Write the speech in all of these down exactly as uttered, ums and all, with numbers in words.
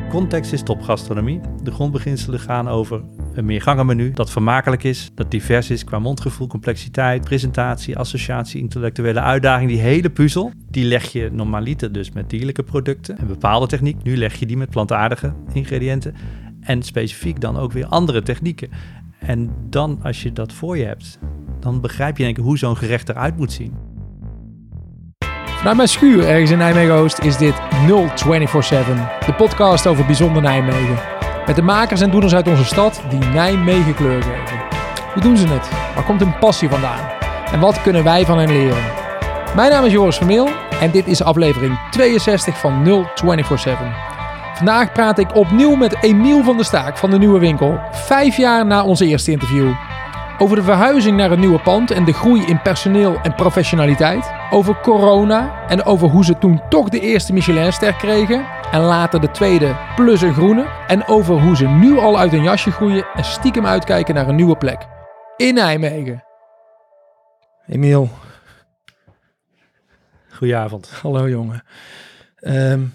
Context is topgastronomie. De grondbeginselen gaan over een meergangenmenu dat vermakelijk is, dat divers is qua mondgevoel, complexiteit, presentatie, associatie, intellectuele uitdaging. Die hele puzzel, die leg je normaliter dus met dierlijke producten. Een bepaalde techniek, nu leg je die met plantaardige ingrediënten. En specifiek dan ook weer andere technieken. En dan, als je dat voor je hebt, dan begrijp je denk ik hoe zo'n gerecht eruit moet zien. Vanuit mijn schuur ergens in Nijmegen-Oost is dit nul vierentwintig zeven, de podcast over bijzonder Nijmegen. Met de makers en doeners uit onze stad die Nijmegen kleur geven. Hoe doen ze het? Waar komt hun passie vandaan? En wat kunnen wij van hen leren? Mijn naam is Joris Vermeel en dit is aflevering tweeënzestig van nul vierentwintig zeven. Vandaag praat ik opnieuw met Emiel van der Staak van de Nieuwe Winkel, vijf jaar na onze eerste interview. Over de verhuizing naar het nieuwe pand en de groei in personeel en professionaliteit. Over corona en over hoe ze toen toch de eerste Michelinster kregen. En later de tweede plus een groene. En over hoe ze nu al uit een jasje groeien en stiekem uitkijken naar een nieuwe plek. In Nijmegen. Emiel. Goedenavond. Hallo jongen. Um,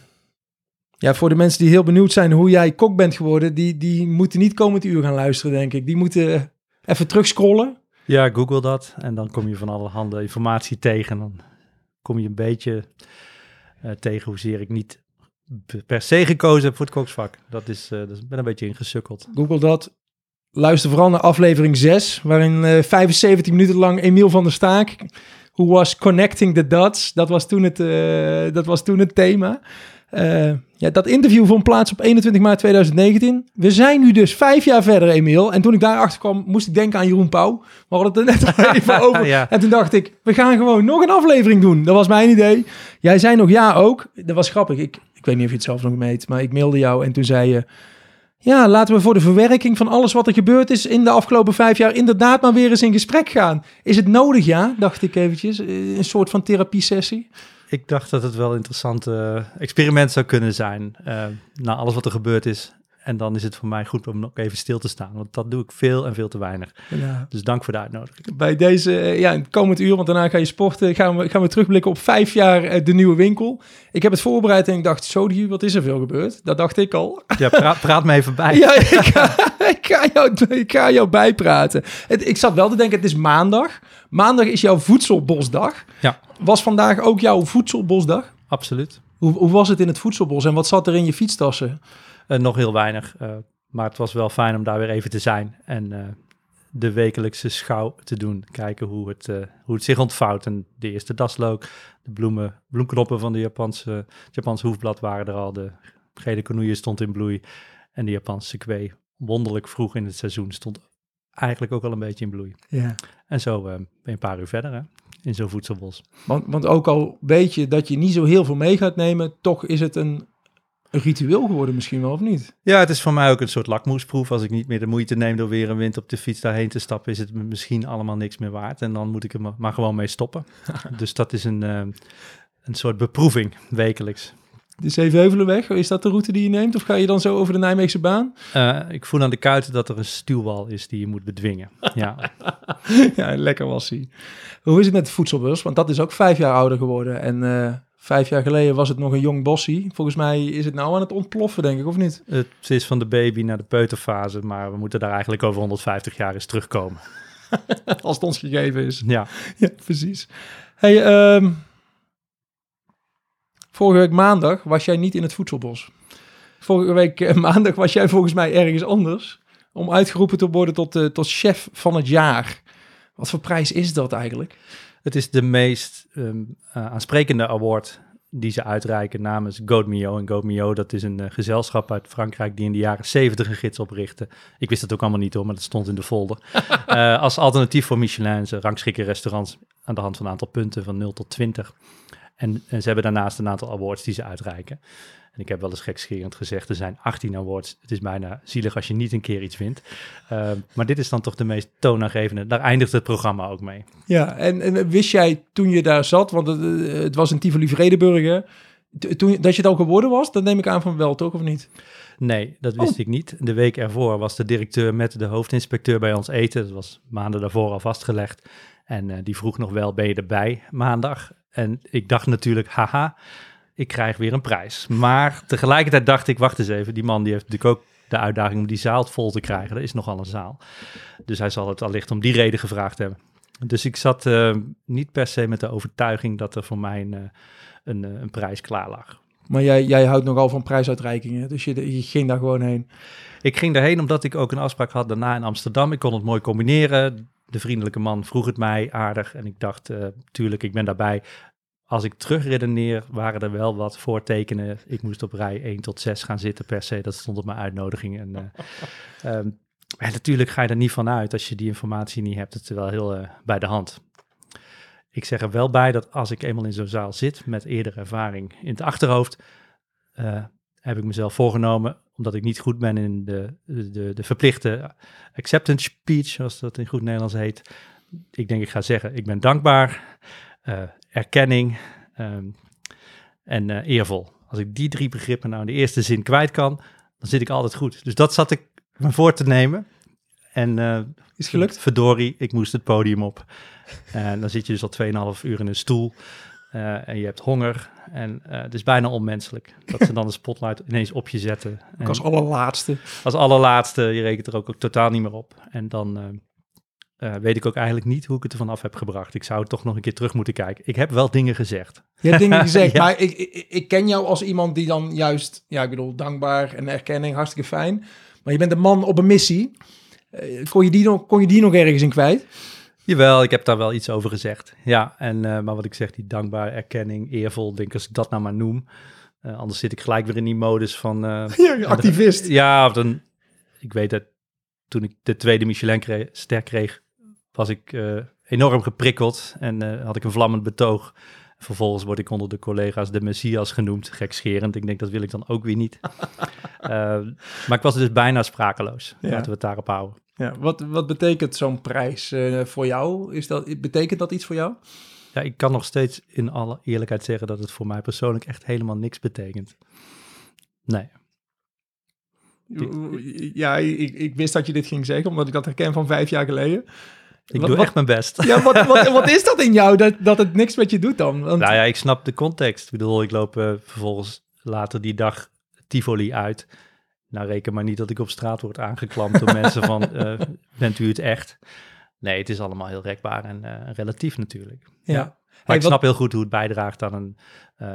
ja, voor de mensen die heel benieuwd zijn hoe jij kok bent geworden. Die, die moeten niet komend uur gaan luisteren denk ik. Die moeten... Even terugscrollen. Ja, google dat en dan kom je van allerhande informatie tegen. Dan kom je een beetje uh, tegen hoezeer ik niet per se gekozen heb voor het koksvak. Dat is, uh, dat is, ik ben een beetje ingesukkeld. Google dat. Luister vooral naar aflevering zes, waarin uh, vijfenzeventig minuten lang Emiel van der Staak, who was connecting the dots, dat was toen het, uh, dat was toen het thema. Uh, ja, dat interview vond plaats op eenentwintig maart tweeduizend negentien. We zijn nu dus vijf jaar verder, Emiel. En toen ik daarachter kwam, moest ik denken aan Jeroen Pauw. We hadden het er net al even over. Ja. En toen dacht ik, we gaan gewoon nog een aflevering doen. Dat was mijn idee. Jij zei nog ja ook. Dat was grappig. Ik, ik weet niet of je het zelf nog meet, maar ik mailde jou en toen zei je... Ja, laten we voor de verwerking van alles wat er gebeurd is in de afgelopen vijf jaar inderdaad maar weer eens in gesprek gaan. Is het nodig, ja? Dacht ik eventjes. Een soort van therapiesessie. Ik dacht dat het wel een interessant uh, experiment zou kunnen zijn. Uh, na alles wat er gebeurd is. En dan is het voor mij goed om nog even stil te staan. Want dat doe ik veel en veel te weinig. Ja. Dus dank voor de uitnodiging. Bij deze, ja, in het komend uur, want daarna ga je sporten, gaan we, gaan we terugblikken op vijf jaar uh, de Nieuwe Winkel. Ik heb het voorbereid en ik dacht, zo, wat is er veel gebeurd? Dat dacht ik al. Ja, praat, praat me even bij. Ja, ik ga, ik ga, jou, ik ga jou bijpraten. Het, ik zat wel te denken, het is maandag. Maandag is jouw voedselbosdag. Ja. Was vandaag ook jouw voedselbosdag? Absoluut. Hoe, hoe was het in het voedselbos en wat zat er in je fietstassen? Uh, nog heel weinig, uh, maar het was wel fijn om daar weer even te zijn en uh, de wekelijkse schouw te doen. Kijken hoe het, uh, hoe het zich ontvouwt. En de eerste daslook, de bloemen, bloemknoppen van de Japanse, het Japanse hoefblad waren er al. De gele kornoeien stond in bloei en de Japanse kwee, wonderlijk vroeg in het seizoen, stond eigenlijk ook al een beetje in bloei. Ja. En zo uh, ben je een paar uur verder hè, in zo'n voedselbos. Want, want ook al weet je dat je niet zo heel veel mee gaat nemen, toch is het een... Een ritueel geworden misschien wel, of niet? Ja, het is voor mij ook een soort lakmoesproef. Als ik niet meer de moeite neem door weer een wind op de fiets daarheen te stappen, is het misschien allemaal niks meer waard. En dan moet ik er maar gewoon mee stoppen. Dus dat is een, uh, een soort beproeving, wekelijks. De Zevenheuvelenweg, is dat de route die je neemt? Of ga je dan zo over de Nijmeegse baan? Uh, ik voel aan de kuiten dat er een stuwwal is die je moet bedwingen. Ja, ja lekker was hij. Hoe is het met de voedselbus? Want dat is ook vijf jaar ouder geworden en... Uh... Vijf jaar geleden was het nog een jong bossie. Volgens mij is het nou aan het ontploffen, denk ik, of niet? Het is van de baby naar de peuterfase, maar we moeten daar eigenlijk over honderdvijftig jaar eens terugkomen. Als het ons gegeven is. Ja, ja precies. Hey, um, vorige week maandag was jij niet in het voedselbos. Vorige week uh, maandag was jij volgens mij ergens anders. Om uitgeroepen te worden tot, uh, tot chef van het jaar. Wat voor prijs is dat eigenlijk? Het is de meest um, uh, aansprekende award die ze uitreiken namens Goat Mio. En Goat Mio, dat is een uh, gezelschap uit Frankrijk die in de jaren zeventig een gids oprichtte. Ik wist het ook allemaal niet hoor, maar dat stond in de folder. uh, als alternatief voor Michelin. Ze rangschikken restaurants aan de hand van een aantal punten van nul tot twintig. En, en ze hebben daarnaast een aantal awards die ze uitreiken. En ik heb wel eens gekscherend gezegd, er zijn achttien awards. Het is bijna zielig als je niet een keer iets wint. Uh, maar dit is dan toch de meest toonaangevende. Daar eindigt het programma ook mee. Ja, en, en wist jij toen je daar zat, want het, het was in Tivoli Vredenburg, toen, dat je het al geworden was? Dat neem ik aan van wel, toch, of niet? Nee, dat wist oh. ik niet. De week ervoor was de directeur met de hoofdinspecteur bij ons eten. Dat was maanden daarvoor al vastgelegd. En uh, die vroeg nog wel, ben je erbij maandag? En ik dacht natuurlijk, haha, ik krijg weer een prijs. Maar tegelijkertijd dacht ik, wacht eens even, die man die heeft natuurlijk ook de uitdaging om die zaal vol te krijgen. Dat is nogal een zaal. Dus hij zal het allicht om die reden gevraagd hebben. Dus ik zat uh, niet per se met de overtuiging dat er voor mij een, uh, een, uh, een prijs klaar lag. Maar jij, jij houdt nogal van prijsuitreikingen, dus je, je ging daar gewoon heen. Ik ging daarheen omdat ik ook een afspraak had daarna in Amsterdam. Ik kon het mooi combineren. De vriendelijke man vroeg het mij aardig en ik dacht, uh, tuurlijk, ik ben daarbij. Als ik terugredeneer, waren er wel wat voortekenen. Ik moest op rij één tot zes gaan zitten per se. Dat stond op mijn uitnodiging. En, uh, um, en natuurlijk ga je er niet van uit als je die informatie niet hebt. Het is wel heel uh, bij de hand. Ik zeg er wel bij dat als ik eenmaal in zo'n zaal zit met eerdere ervaring in het achterhoofd, uh, heb ik mezelf voorgenomen, omdat ik niet goed ben in de, de, de verplichte acceptance speech, zoals dat in goed Nederlands heet. Ik denk ik ga zeggen, ik ben dankbaar, uh, erkenning um, en uh, eervol. Als ik die drie begrippen nou in de eerste zin kwijt kan, dan zit ik altijd goed. Dus dat zat ik me voor te nemen. En uh, is gelukt? Verdorie, ik moest het podium op. En dan zit je dus al tweeënhalf uur in een stoel. Uh, en je hebt honger. En uh, het is bijna onmenselijk dat ze dan de spotlight ineens op je zetten. Ook als allerlaatste. Als allerlaatste, je rekent er ook, ook totaal niet meer op. En dan uh, uh, weet ik ook eigenlijk niet hoe ik het ervan af heb gebracht. Ik zou toch nog een keer terug moeten kijken. Ik heb wel dingen gezegd. Je hebt dingen gezegd, ja. maar ik, ik, ik ken jou als iemand die dan juist, ja, ik bedoel, dankbaar en erkenning, hartstikke fijn. Maar je bent een man op een missie. Uh, kon, je die nog, kon je die nog ergens in kwijt? Jawel, ik heb daar wel iets over gezegd. Ja, en, uh, maar wat ik zeg, die dankbaar, erkenning, eervol, denk als ik dat nou maar noem. Uh, anders zit ik gelijk weer in die modus van... Uh, ja, activist. De, ja, of dan, ik weet dat toen ik de tweede Michelin-ster kreeg, was ik uh, enorm geprikkeld en uh, had ik een vlammend betoog. Vervolgens word ik onder de collega's de Messias genoemd, gekscherend. Ik denk, dat wil ik dan ook weer niet. uh, maar ik was dus bijna sprakeloos. Ja. Laten we het daarop houden. Ja, wat, wat betekent zo'n prijs uh, voor jou? Is dat, betekent dat iets voor jou? Ja, ik kan nog steeds in alle eerlijkheid zeggen dat het voor mij persoonlijk echt helemaal niks betekent. Nee. Ja, ik, ik wist dat je dit ging zeggen, omdat ik dat herken van vijf jaar geleden. Ik wat, doe wat, echt mijn best. Ja, wat, wat, wat is dat in jou, dat, dat het niks met je doet dan? Want... Nou ja, ik snap de context. Ik bedoel, ik loop uh, vervolgens later die dag Tivoli uit. Nou, reken maar niet dat ik op straat word aangeklampt door mensen van, uh, bent u het echt? Nee, het is allemaal heel rekbaar en uh, relatief natuurlijk. Ja. Ja. Maar hey, ik snap wat... heel goed hoe het bijdraagt aan, een,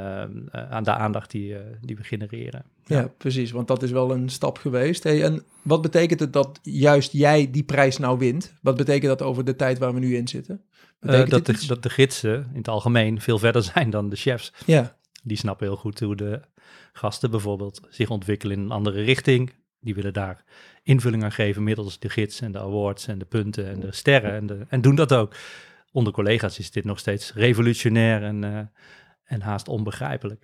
uh, aan de aandacht die, uh, die we genereren. Ja. ja, precies, want dat is wel een stap geweest. Hey, en wat betekent het dat juist jij die prijs nou wint? Wat betekent dat over de tijd waar we nu in zitten? Uh, dat, de, dat de gidsen in het algemeen veel verder zijn dan de chefs. Ja. Die snappen heel goed hoe de gasten bijvoorbeeld zich ontwikkelen in een andere richting. Die willen daar invulling aan geven middels de gids en de awards en de punten en de sterren. En, de, en doen dat ook. Onder collega's is dit nog steeds revolutionair en, uh, en haast onbegrijpelijk.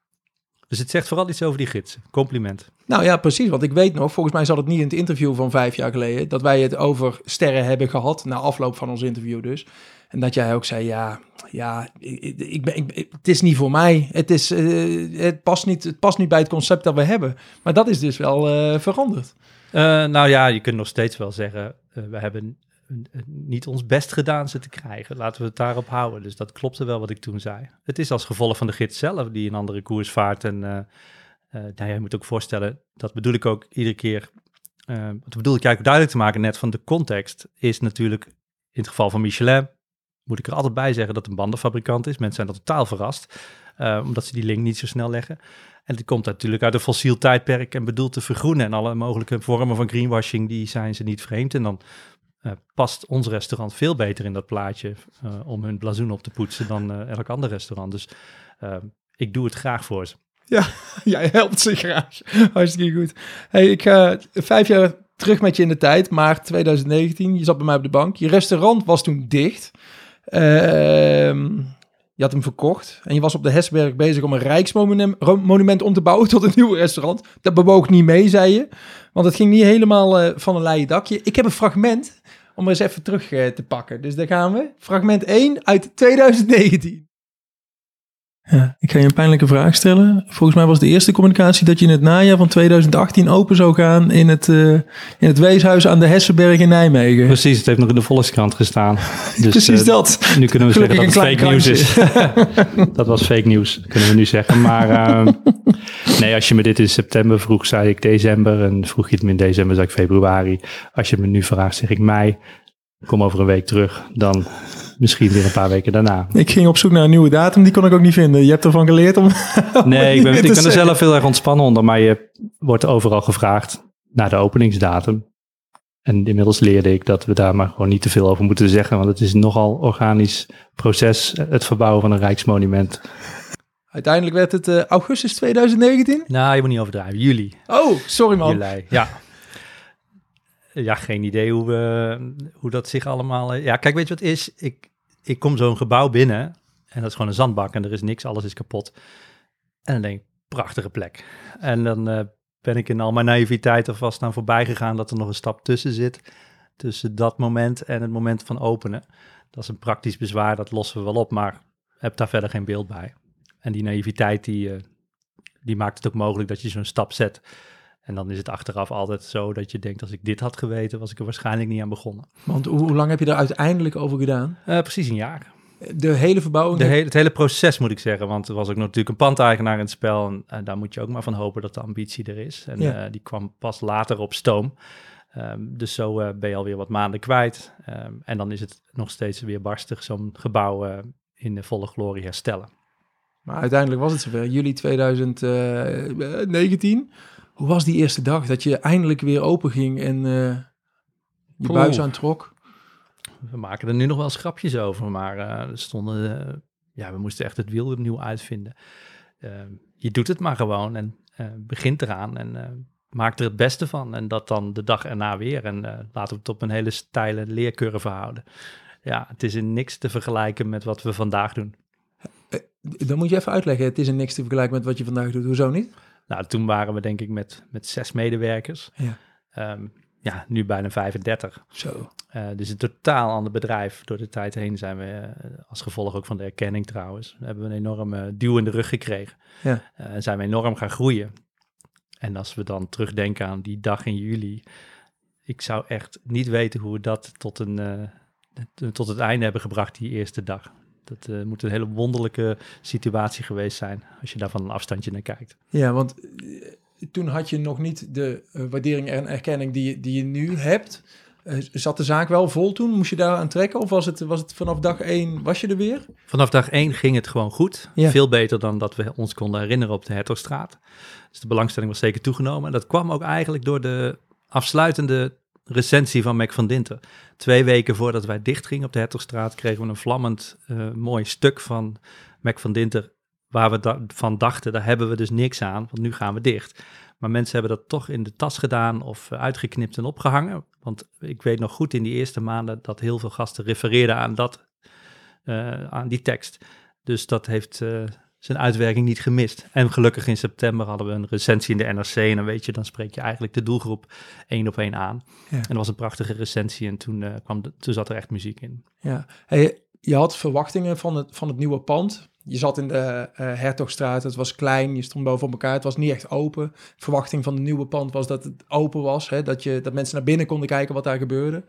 Dus het zegt vooral iets over die gidsen. Compliment. Nou ja, precies. Want ik weet nog, volgens mij zat het niet in het interview van vijf jaar geleden, dat wij het over sterren hebben gehad, na afloop van ons interview dus. En dat jij ook zei, ja, ja ik, ik ben, ik, het is niet voor mij. Het, is, uh, het, past niet, het past niet bij het concept dat we hebben. Maar dat is dus wel uh, veranderd. Uh, nou ja, je kunt nog steeds wel zeggen, uh, we hebben niet ons best gedaan ze te krijgen. Laten we het daarop houden. Dus dat klopte wel wat ik toen zei. Het is als gevolg van de gids zelf die een andere koers vaart. En uh, uh, nou, je moet ook voorstellen, dat bedoel ik ook iedere keer, uh, dat bedoel ik eigenlijk duidelijk te maken net van de context, is natuurlijk in het geval van Michelin, moet ik er altijd bij zeggen dat het een bandenfabrikant is. Mensen zijn er totaal verrast, uh, omdat ze die link niet zo snel leggen. En het komt natuurlijk uit een fossiel tijdperk en bedoeld te vergroenen. En alle mogelijke vormen van greenwashing, die zijn ze niet vreemd. En dan uh, past ons restaurant veel beter in dat plaatje uh, om hun blazoen op te poetsen dan uh, elk ander restaurant. Dus uh, ik doe het graag voor ze. Ja, jij helpt ze graag. Hartstikke goed. Hey, ik ga vijf jaar terug met je in de tijd, maart twintig negentien. Je zat bij mij op de bank. Je restaurant was toen dicht. Uh, je had hem verkocht en je was op de Hessenberg bezig om een rijksmonument om te bouwen tot een nieuw restaurant. Dat bewoog niet mee, zei je, want het ging niet helemaal uh, van een leien dakje. Ik heb een fragment om er eens even terug uh, te pakken. Dus daar gaan we. Fragment één uit twintig negentien. Ja, ik ga je een pijnlijke vraag stellen. Volgens mij was de eerste communicatie dat je in het najaar van twintig achttien open zou gaan in het, uh, in het weeshuis aan de Hessenberg in Nijmegen. Precies, het heeft nog in de Volkskrant gestaan. Dus, Precies uh, dat. Nu kunnen we Gelukkig zeggen dat het fake nieuws is. Dat was fake nieuws, kunnen we nu zeggen. Maar uh, nee, als je me dit in september vroeg, zei ik december. En vroeg je het me in december, zei ik februari. Als je me nu vraagt, zeg ik mei. Kom over een week terug, dan misschien weer een paar weken daarna. Ik ging op zoek naar een nieuwe datum, die kon ik ook niet vinden. Je hebt ervan geleerd om... om nee, ik ben, ik ben er zeggen. zelf heel erg ontspannen onder, maar je wordt overal gevraagd naar de openingsdatum. En inmiddels leerde ik dat we daar maar gewoon niet te veel over moeten zeggen, want het is een nogal organisch proces, het verbouwen van een rijksmonument. Uiteindelijk werd het uh, augustus twintig negentien? Nou, je moet niet overdrijven, juli. Oh, sorry man. Juli, ja. Ja, geen idee hoe, we, hoe dat zich allemaal... Ja, kijk, weet je wat het is? Ik, ik kom zo'n gebouw binnen en dat is gewoon een zandbak en er is niks, alles is kapot. En dan denk ik, prachtige plek. En dan uh, ben ik in al mijn naïviteit alvast aan voorbij gegaan dat er nog een stap tussen zit. Tussen dat moment en het moment van openen. Dat is een praktisch bezwaar, dat lossen we wel op, maar heb daar verder geen beeld bij. En die naïviteit, die, uh, die maakt het ook mogelijk dat je zo'n stap zet. En dan is het achteraf altijd zo dat je denkt, als ik dit had geweten, was ik er waarschijnlijk niet aan begonnen. Want hoe, hoe lang heb je er uiteindelijk over gedaan? Uh, precies een jaar. De hele verbouwing? De he- het hele proces moet ik zeggen, want er was ook natuurlijk een pandeigenaar in het spel. En uh, daar moet je ook maar van hopen dat de ambitie er is. En ja. uh, die kwam pas later op stoom. Um, dus zo uh, ben je alweer wat maanden kwijt. Um, en dan is het nog steeds weer barstig, zo'n gebouw uh, in de volle glorie herstellen. Maar uiteindelijk was het zover, juli twintig negentien... Hoe was die eerste dag dat je eindelijk weer open ging en uh, je Oeh. buis aantrok? We maken er nu nog wel schrapjes over, maar uh, er stonden, uh, ja, we moesten echt het wiel opnieuw uitvinden. Uh, je doet het maar gewoon en uh, begint eraan en uh, maakt er het beste van. En dat dan de dag erna weer en uh, laten we het op een hele steile leercurve houden. Ja, het is in niks te vergelijken met wat we vandaag doen. Uh, dan moet je even uitleggen, het is in niks te vergelijken met wat je vandaag doet. Hoezo niet? Nou, toen waren we denk ik met, met zes medewerkers. Ja. Um, ja, nu bijna vijfendertig. Zo. Uh, dus een totaal ander bedrijf. Door de tijd heen zijn we, uh, als gevolg ook van de erkenning trouwens, hebben we een enorme duw in de rug gekregen. Ja. Uh, zijn we enorm gaan groeien. En als we dan terugdenken aan die dag in juli, ik zou echt niet weten hoe we dat tot, een, uh, tot het einde hebben gebracht, die eerste dag. Dat uh, moet een hele wonderlijke situatie geweest zijn, als je daar van een afstandje naar kijkt. Ja, want uh, toen had je nog niet de uh, waardering en erkenning die, die je nu hebt. Uh, zat de zaak wel vol toen? Moest je daar aan trekken? Of was het, was het vanaf dag één, was je er weer? Vanaf dag één ging het gewoon goed. Ja. Veel beter dan dat we ons konden herinneren op de Hertogstraat. Dus de belangstelling was zeker toegenomen. En dat kwam ook eigenlijk door de afsluitende recensie van Mac van Dinter. Twee weken voordat wij dicht gingen op de Hertogstraat, kregen we een vlammend uh, mooi stuk van Mac van Dinter, waar we da- van dachten, daar hebben we dus niks aan, want nu gaan we dicht. Maar mensen hebben dat toch in de tas gedaan of uh, uitgeknipt en opgehangen. Want ik weet nog goed in die eerste maanden dat heel veel gasten refereerden aan, dat, uh, aan die tekst. Dus dat heeft uh, zijn uitwerking niet gemist. En gelukkig in september hadden we een recensie in de N R C. En dan weet je, dan spreek je eigenlijk de doelgroep één op één aan. Ja. En dat was een prachtige recensie en toen, uh, kwam de, toen zat er echt muziek in. Ja, hey, je had verwachtingen van het, van het nieuwe pand. Je zat in de uh, Hertogstraat, het was klein, je stond boven elkaar, het was niet echt open. Verwachting van het nieuwe pand was dat het open was, hè, dat, je, dat mensen naar binnen konden kijken wat daar gebeurde.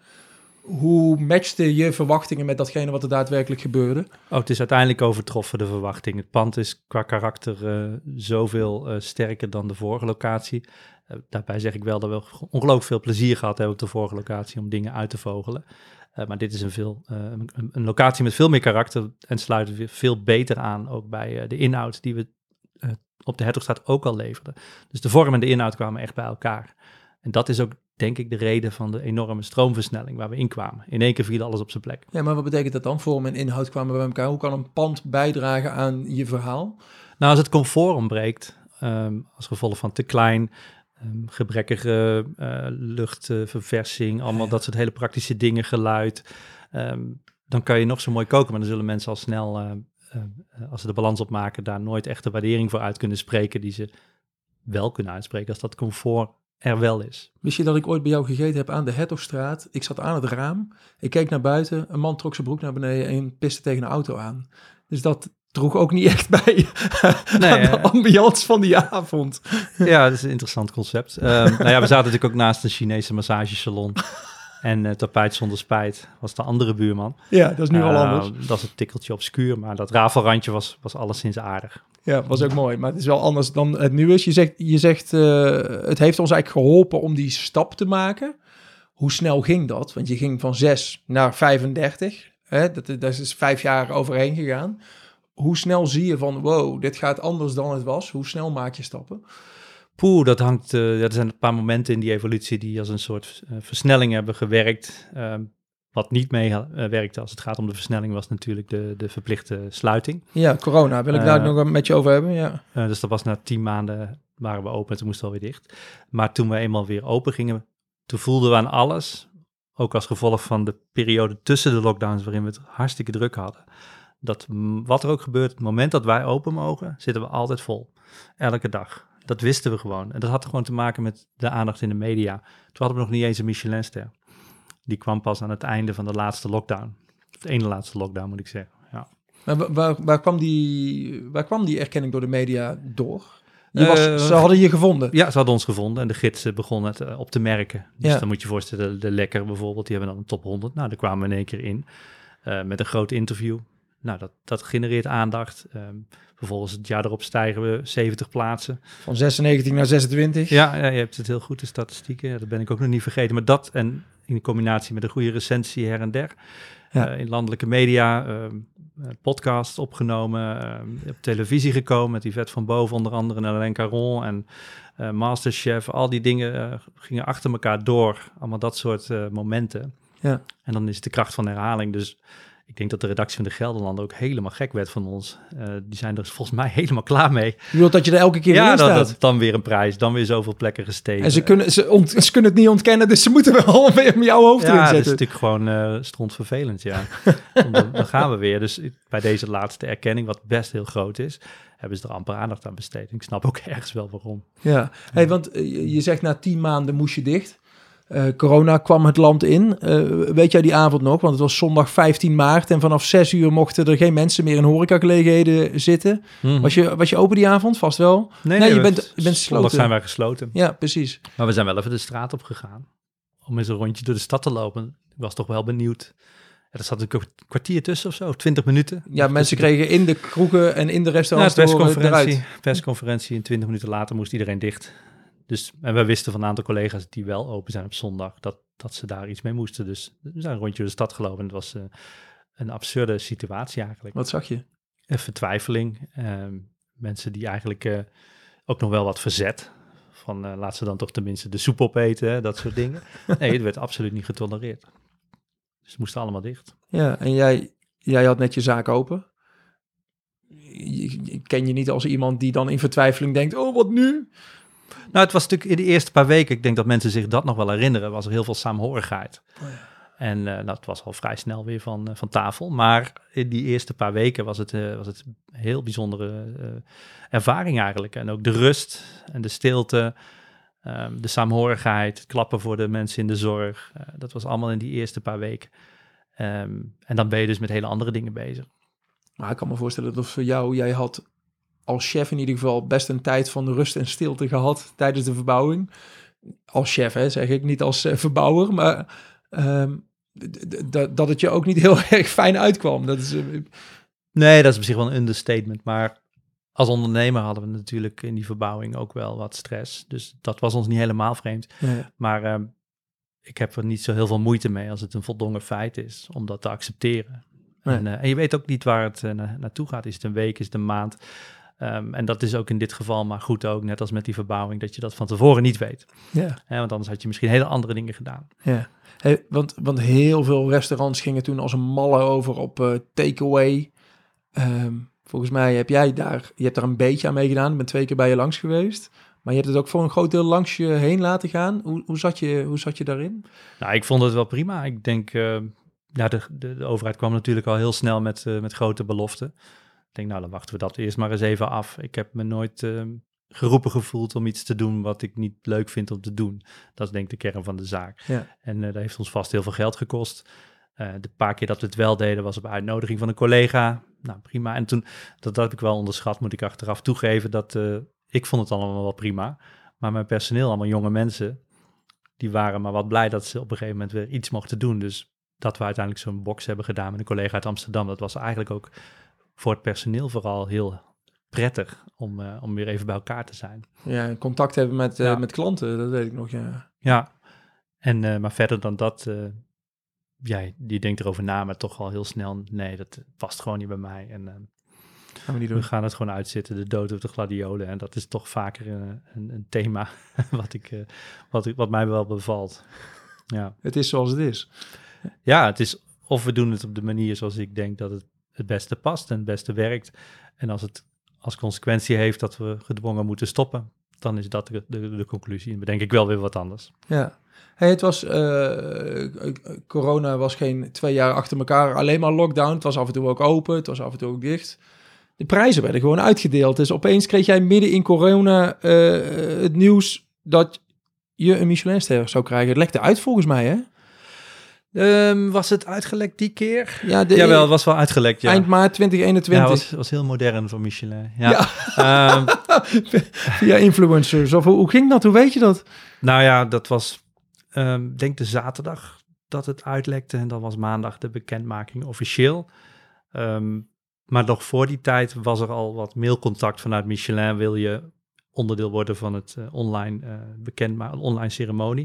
Hoe matchte je verwachtingen met datgene wat er daadwerkelijk gebeurde? Oh, het is uiteindelijk overtroffen, de verwachting. Het pand is qua karakter uh, zoveel uh, sterker dan de vorige locatie. Uh, daarbij zeg ik wel dat we ongelooflijk veel plezier gehad hebben op de vorige locatie om dingen uit te vogelen. Uh, maar dit is een, veel, uh, een, een locatie met veel meer karakter en sluit weer veel beter aan ook bij uh, de inhoud die we uh, op de Hertogstraat ook al leverden. Dus de vorm en de inhoud kwamen echt bij elkaar. En dat is ook, denk ik, de reden van de enorme stroomversnelling waar we in kwamen. In één keer viel alles op zijn plek. Ja, maar wat betekent dat dan? Vorm en inhoud kwamen bij elkaar. Hoe kan een pand bijdragen aan je verhaal? Nou, als het comfort ontbreekt, um, als gevolg van te klein, um, gebrekkige uh, luchtverversing, allemaal ja. dat soort hele praktische dingen, geluid, um, dan kan je nog zo mooi koken, maar dan zullen mensen al snel, uh, uh, als ze de balans opmaken, daar nooit echt de waardering voor uit kunnen spreken die ze wel kunnen uitspreken als dat comfort er wel is. Wist je dat ik ooit bij jou gegeten heb aan de Hertogstraat? Ik zat aan het raam, ik keek naar buiten, een man trok zijn broek naar beneden en piste tegen een auto aan. Dus dat droeg ook niet echt bij Nee, aan de hè? ambiance van die avond. Ja, dat is een interessant concept. Um, nou ja, we zaten natuurlijk ook naast een Chinese massagesalon. En uh, tapijt zonder spijt was de andere buurman. Ja, dat is nu al Uh, anders. Dat is een tikkeltje obscuur, maar dat rafelrandje was, was alleszins aardig. Ja, was ook mooi. Maar het is wel anders dan het nu is. Je zegt, je zegt uh, het heeft ons eigenlijk geholpen om die stap te maken. Hoe snel ging dat? Want je ging van zes naar vijfendertig. Hè? Dat, dat is vijf jaar overheen gegaan. Hoe snel zie je van, wow, dit gaat anders dan het was? Hoe snel maak je stappen? Poeh, dat hangt... Uh, ja, er zijn een paar momenten in die evolutie die als een soort uh, versnelling hebben gewerkt. Uh, wat niet mee uh, werkte als het gaat om de versnelling was natuurlijk de, de verplichte sluiting. Ja, corona wil ik uh, daar nog met je over hebben, ja. Uh, dus dat was na tien maanden waren we open en toen moesten we alweer dicht. Maar toen we eenmaal weer open gingen, toen voelden we aan alles, ook als gevolg van de periode tussen de lockdowns waarin we het hartstikke druk hadden, dat wat er ook gebeurt, het moment dat wij open mogen, zitten we altijd vol. Elke dag. Dat wisten we gewoon. En dat had gewoon te maken met de aandacht in de media. Toen hadden we nog niet eens een Michelinster. Die kwam pas aan het einde van de laatste lockdown. De ene laatste lockdown, moet ik zeggen. Ja. Maar waar, waar, kwam die, waar kwam die erkenning door de media door? Je was, uh, ze hadden je gevonden? Ja, ze hadden ons gevonden en de gidsen begonnen het uh, op te merken. Dus ja. dan moet je je voorstellen, de, de Lekker bijvoorbeeld, die hebben dan een top honderd. Nou, daar kwamen we in één keer in uh, met een groot interview. Nou, dat, dat genereert aandacht. Um, vervolgens het jaar erop stijgen we zeventig plaatsen. Van zesennegentig naar zesentwintig. Ja, ja, je hebt het heel goed, de statistieken. Ja, dat ben ik ook nog niet vergeten. Maar dat en in combinatie met een goede recensie her en der. Ja. Uh, in landelijke media, uh, podcast opgenomen, uh, op televisie gekomen met Yvette van Boven onder andere en Alain Caron en uh, Masterchef. Al die dingen uh, gingen achter elkaar door. Allemaal dat soort uh, momenten. Ja. En dan is het de kracht van herhaling. Dus ik denk dat de redactie van de Gelderlander ook helemaal gek werd van ons. Uh, die zijn er volgens mij helemaal klaar mee. Je wilt dat je er elke keer ja, in staat? Ja, dat, dat dan weer een prijs, dan weer zoveel plekken gestegen. En ze kunnen, ze, ont, ze kunnen het niet ontkennen, dus ze moeten wel weer met jouw hoofd ja, erin zetten. Ja, dat is natuurlijk gewoon uh, strontvervelend, ja. dan, dan gaan we weer. Dus bij deze laatste erkenning, wat best heel groot is, hebben ze er amper aandacht aan besteed. Ik snap ook ergens wel waarom. Ja, hey, want uh, je zegt na tien maanden moest je dicht. Uh, corona kwam het land in. Uh, weet jij die avond nog? Want het was zondag vijftien maart en vanaf zes uur mochten er geen mensen meer in horecagelegenheden zitten. Mm-hmm. Was je, was je open die avond? Vast wel? Nee, nee, nee je bent, je bent gesloten. Zondag zijn wij gesloten. Ja, precies. Maar we zijn wel even de straat op gegaan om eens een rondje door de stad te lopen. Ik was toch wel benieuwd. Ja, er zat natuurlijk een kwartier tussen of zo, twintig minuten. Ja, dus mensen kregen in de kroegen en in de restaurants ja, persconferentie, eruit. persconferentie en twintig minuten later moest iedereen dicht. Dus, en we wisten van een aantal collega's die wel open zijn op zondag, dat, dat ze daar iets mee moesten. Dus we zijn een rondje door de stad gelopen en het was uh, een absurde situatie eigenlijk. Wat zag je? Een vertwijfeling. Uh, mensen die eigenlijk uh, ook nog wel wat verzet. Van uh, laat ze dan toch tenminste de soep opeten, hè, dat soort dingen. Nee, het werd absoluut niet getolereerd. Dus ze moesten allemaal dicht. Ja, en jij, jij had net je zaak open. Ik ken je niet als iemand die dan in vertwijfeling denkt, oh, wat nu? Nou, het was natuurlijk in de eerste paar weken, ik denk dat mensen zich dat nog wel herinneren, was er heel veel saamhorigheid. Oh ja. En uh, nou, het was al vrij snel weer van, uh, van tafel. Maar in die eerste paar weken was het, uh, was het een heel bijzondere uh, ervaring eigenlijk. En ook de rust en de stilte, um, de saamhorigheid, het klappen voor de mensen in de zorg. Uh, dat was allemaal in die eerste paar weken. Um, en dan ben je dus met hele andere dingen bezig. Maar ik kan me voorstellen dat voor jou, jij had als chef in ieder geval best een tijd van rust en stilte gehad tijdens de verbouwing. Als chef, hè, zeg ik, niet als uh, verbouwer, maar um, d- d- d- dat het je ook niet heel erg fijn uitkwam. Dat is, uh, nee, dat is op zich wel een understatement, maar als ondernemer hadden we natuurlijk in die verbouwing ook wel wat stress. Dus dat was ons niet helemaal vreemd. Ja. Maar um, ik heb er niet zo heel veel moeite mee als het een voldongen feit is om dat te accepteren. Nee. En, uh, en je weet ook niet waar het uh, na- naartoe gaat. Is het een week, is het een maand? Um, en dat is ook in dit geval maar goed ook, net als met die verbouwing, dat je dat van tevoren niet weet. Ja. He, want anders had je misschien hele andere dingen gedaan. Ja. Hey, want, want heel veel restaurants gingen toen als een malle over op uh, takeaway. Um, volgens mij heb jij daar, je hebt daar een beetje aan meegedaan. Ik ben twee keer bij je langs geweest. Maar je hebt het ook voor een groot deel langs je heen laten gaan. Hoe, hoe, zat, je, hoe zat je daarin? Nou, ik vond het wel prima. Ik denk, uh, ja, de, de, de overheid kwam natuurlijk al heel snel met, uh, met grote beloften. Ik denk, nou, dan wachten we dat eerst maar eens even af. Ik heb me nooit uh, geroepen gevoeld om iets te doen wat ik niet leuk vind om te doen. Dat is denk ik de kern van de zaak. Ja. En uh, dat heeft ons vast heel veel geld gekost. Uh, de paar keer dat we het wel deden was op uitnodiging van een collega. nou prima. En toen, dat, dat heb ik wel onderschat, moet ik achteraf toegeven, dat uh, ik vond het allemaal wel prima. Maar mijn personeel, allemaal jonge mensen, die waren maar wat blij dat ze op een gegeven moment weer iets mochten doen. Dus dat we uiteindelijk zo'n box hebben gedaan met een collega uit Amsterdam, dat was eigenlijk ook voor het personeel vooral heel prettig om, uh, om weer even bij elkaar te zijn. Ja, contact hebben met, uh, ja. met klanten, dat weet ik nog, ja. Ja, en, uh, maar verder dan dat, uh, ja, die denkt erover na, maar toch al heel snel, nee, dat past gewoon niet bij mij. En uh, gaan we, niet doen. we gaan het gewoon uitzitten, de dood of de gladiolen. En dat is toch vaker uh, een, een thema wat, ik, uh, wat, ik, wat mij wel bevalt. Ja. Het is zoals het is. Ja, het is of we doen het op de manier zoals ik denk dat het het beste past en het beste werkt. En als het als consequentie heeft dat we gedwongen moeten stoppen, dan is dat de, de, de conclusie. En bedenk ik wel weer wat anders. Ja. Hey, het was, uh, corona was geen twee jaar achter elkaar alleen maar lockdown. Het was af en toe ook open, het was af en toe ook dicht. De prijzen werden gewoon uitgedeeld. Dus opeens kreeg jij midden in corona uh, het nieuws dat je een Michelinster zou krijgen. Het lekte uit volgens mij, hè? Um, was het uitgelekt die keer? Ja, de, Jawel, het was wel uitgelekt, ja. Eind maart twintig eenentwintig. Ja, het was, was heel modern voor Michelin. Ja. ja. um, Via influencers. Of hoe ging dat? Hoe weet je dat? Nou ja, dat was, um, denk de zaterdag dat het uitlekte. En dan was maandag de bekendmaking officieel. Um, maar nog voor die tijd was er al wat mailcontact vanuit Michelin. Wil je onderdeel worden van het uh, online uh, bekendmaken, online ceremonie?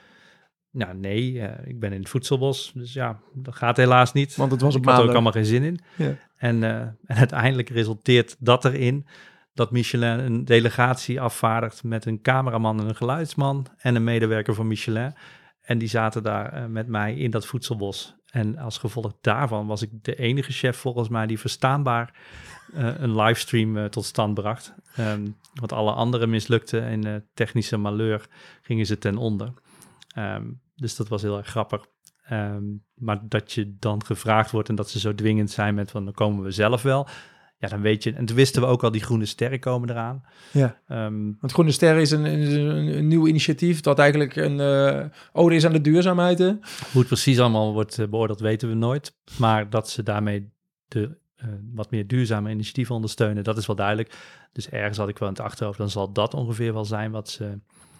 Nou, nee, uh, ik ben in het voedselbos, dus ja, dat gaat helaas niet. Want het was op ik had maandag. er ook allemaal geen zin in. Ja. En, uh, en uiteindelijk resulteert dat erin dat Michelin een delegatie afvaardigt met een cameraman en een geluidsman en een medewerker van Michelin. En die zaten daar uh, met mij in dat voedselbos. En als gevolg daarvan was ik de enige chef volgens mij die verstaanbaar uh, een livestream uh, tot stand bracht. Um, want alle andere mislukte en uh, technische malheur gingen ze ten onder. Um, dus dat was heel erg grappig. Um, maar dat je dan gevraagd wordt en dat ze zo dwingend zijn met van dan komen we zelf wel. Ja, dan weet je. En toen wisten we ook al die groene sterren komen eraan. Ja, um, want Groene Sterren is een, een, een nieuw initiatief dat eigenlijk een uh, ode is aan de duurzaamheid. Hè? Hoe het precies allemaal wordt uh, beoordeeld weten we nooit. Maar dat ze daarmee de uh, wat meer duurzame initiatieven ondersteunen, dat is wel duidelijk. Dus ergens had ik wel in het achterhoofd, dan zal dat ongeveer wel zijn wat ze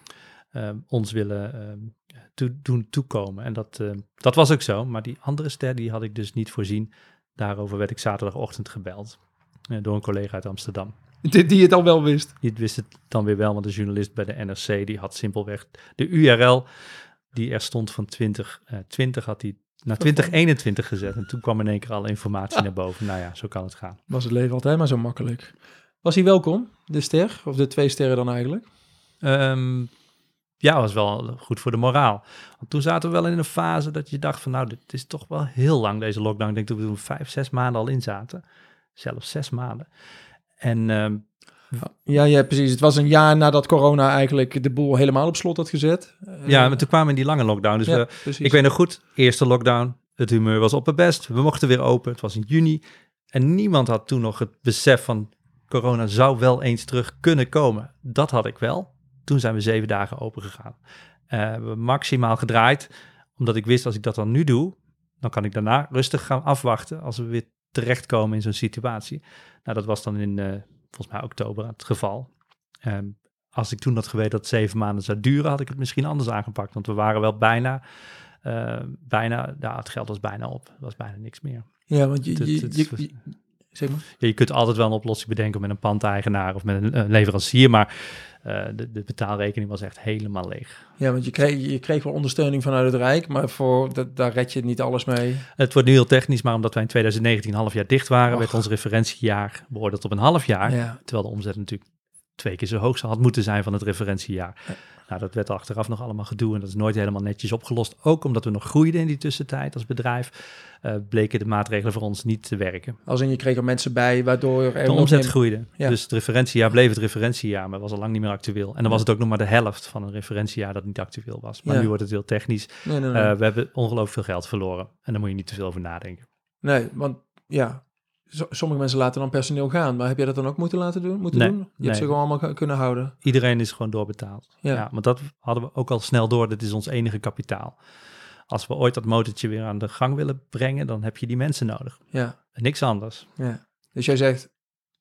uh, ons willen uh, to, doen toekomen. En dat, uh, dat was ook zo. Maar die andere ster, die had ik dus niet voorzien. Daarover werd ik zaterdagochtend gebeld. Door een collega uit Amsterdam. Die, die het al wel wist. Die wist het dan weer wel, want de journalist bij de N R C... die had simpelweg de U R L die er stond van twintig twintig... had hij naar twintig eenentwintig gezet. En toen kwam in één keer alle informatie ah. naar boven. Nou ja, zo kan het gaan. Was het leven altijd maar zo makkelijk. Was hij welkom, de ster? Of de twee sterren dan eigenlijk? Um, ja, was wel goed voor de moraal. Want toen zaten we wel in een fase dat je dacht van... nou, dit is toch wel heel lang, deze lockdown. Ik denk dat we toen vijf, zes maanden al in zaten... Zelfs zes maanden. En, um, ja, ja, precies. Het was een jaar nadat corona eigenlijk de boel helemaal op slot had gezet. Ja, maar toen kwamen we in die lange lockdown. Dus ja, we, ik weet nog goed, eerste lockdown. Het humeur was op het best. We mochten weer open. Het was in juni. En niemand had toen nog het besef van corona zou wel eens terug kunnen komen. Dat had ik wel. Toen zijn we zeven dagen open gegaan. Uh, we hebben maximaal gedraaid. Omdat ik wist, als ik dat dan nu doe, dan kan ik daarna rustig gaan afwachten als we weer terechtkomen in zo'n situatie. Nou, dat was dan in uh, volgens mij oktober het geval. Um, als ik toen had geweten dat het zeven maanden zou duren, had ik het misschien anders aangepakt. Want we waren wel bijna, uh, bijna, ja, het geld was bijna op. Er was bijna niks meer. Ja, want je, het, je, het, je, het, je, zeg maar. Ja, je kunt altijd wel een oplossing bedenken met een pandeigenaar of met een, een leverancier, maar uh, de, de betaalrekening was echt helemaal leeg. Ja, want je kreeg, je kreeg wel ondersteuning vanuit het Rijk, maar voor dat, daar red je niet alles mee. Het wordt nu heel technisch, maar omdat wij in twintig negentien een half jaar dicht waren, Och. werd ons referentiejaar beoordeeld op een half jaar, ja. Terwijl de omzet natuurlijk twee keer zo hoog had moeten zijn van het referentiejaar. Ja. Nou, dat werd achteraf nog allemaal gedoe en dat is nooit helemaal netjes opgelost. Ook omdat we nog groeiden in die tussentijd als bedrijf, uh, bleken de maatregelen voor ons niet te werken. Als in je kreeg er mensen bij, waardoor er... De omzet groeide. Ja. Dus het referentiejaar bleef het referentiejaar, maar was al lang niet meer actueel. En dan ja. was het ook nog maar de helft van een referentiejaar dat niet actueel was. Maar ja. nu wordt het heel technisch. Nee, nee, nee. Uh, we hebben ongelooflijk veel geld verloren. En daar moet je niet te veel over nadenken. Nee, want ja... Sommige mensen laten dan personeel gaan, maar heb jij dat dan ook moeten laten doen? Moeten nee, doen? Je nee. hebt ze gewoon allemaal kunnen houden. Iedereen is gewoon doorbetaald. Ja. ja, maar dat hadden we ook al snel door. Dat is ons enige kapitaal. als we ooit dat motortje weer aan de gang willen brengen, dan heb je die mensen nodig. Ja. En niks anders. Ja. Dus jij zegt,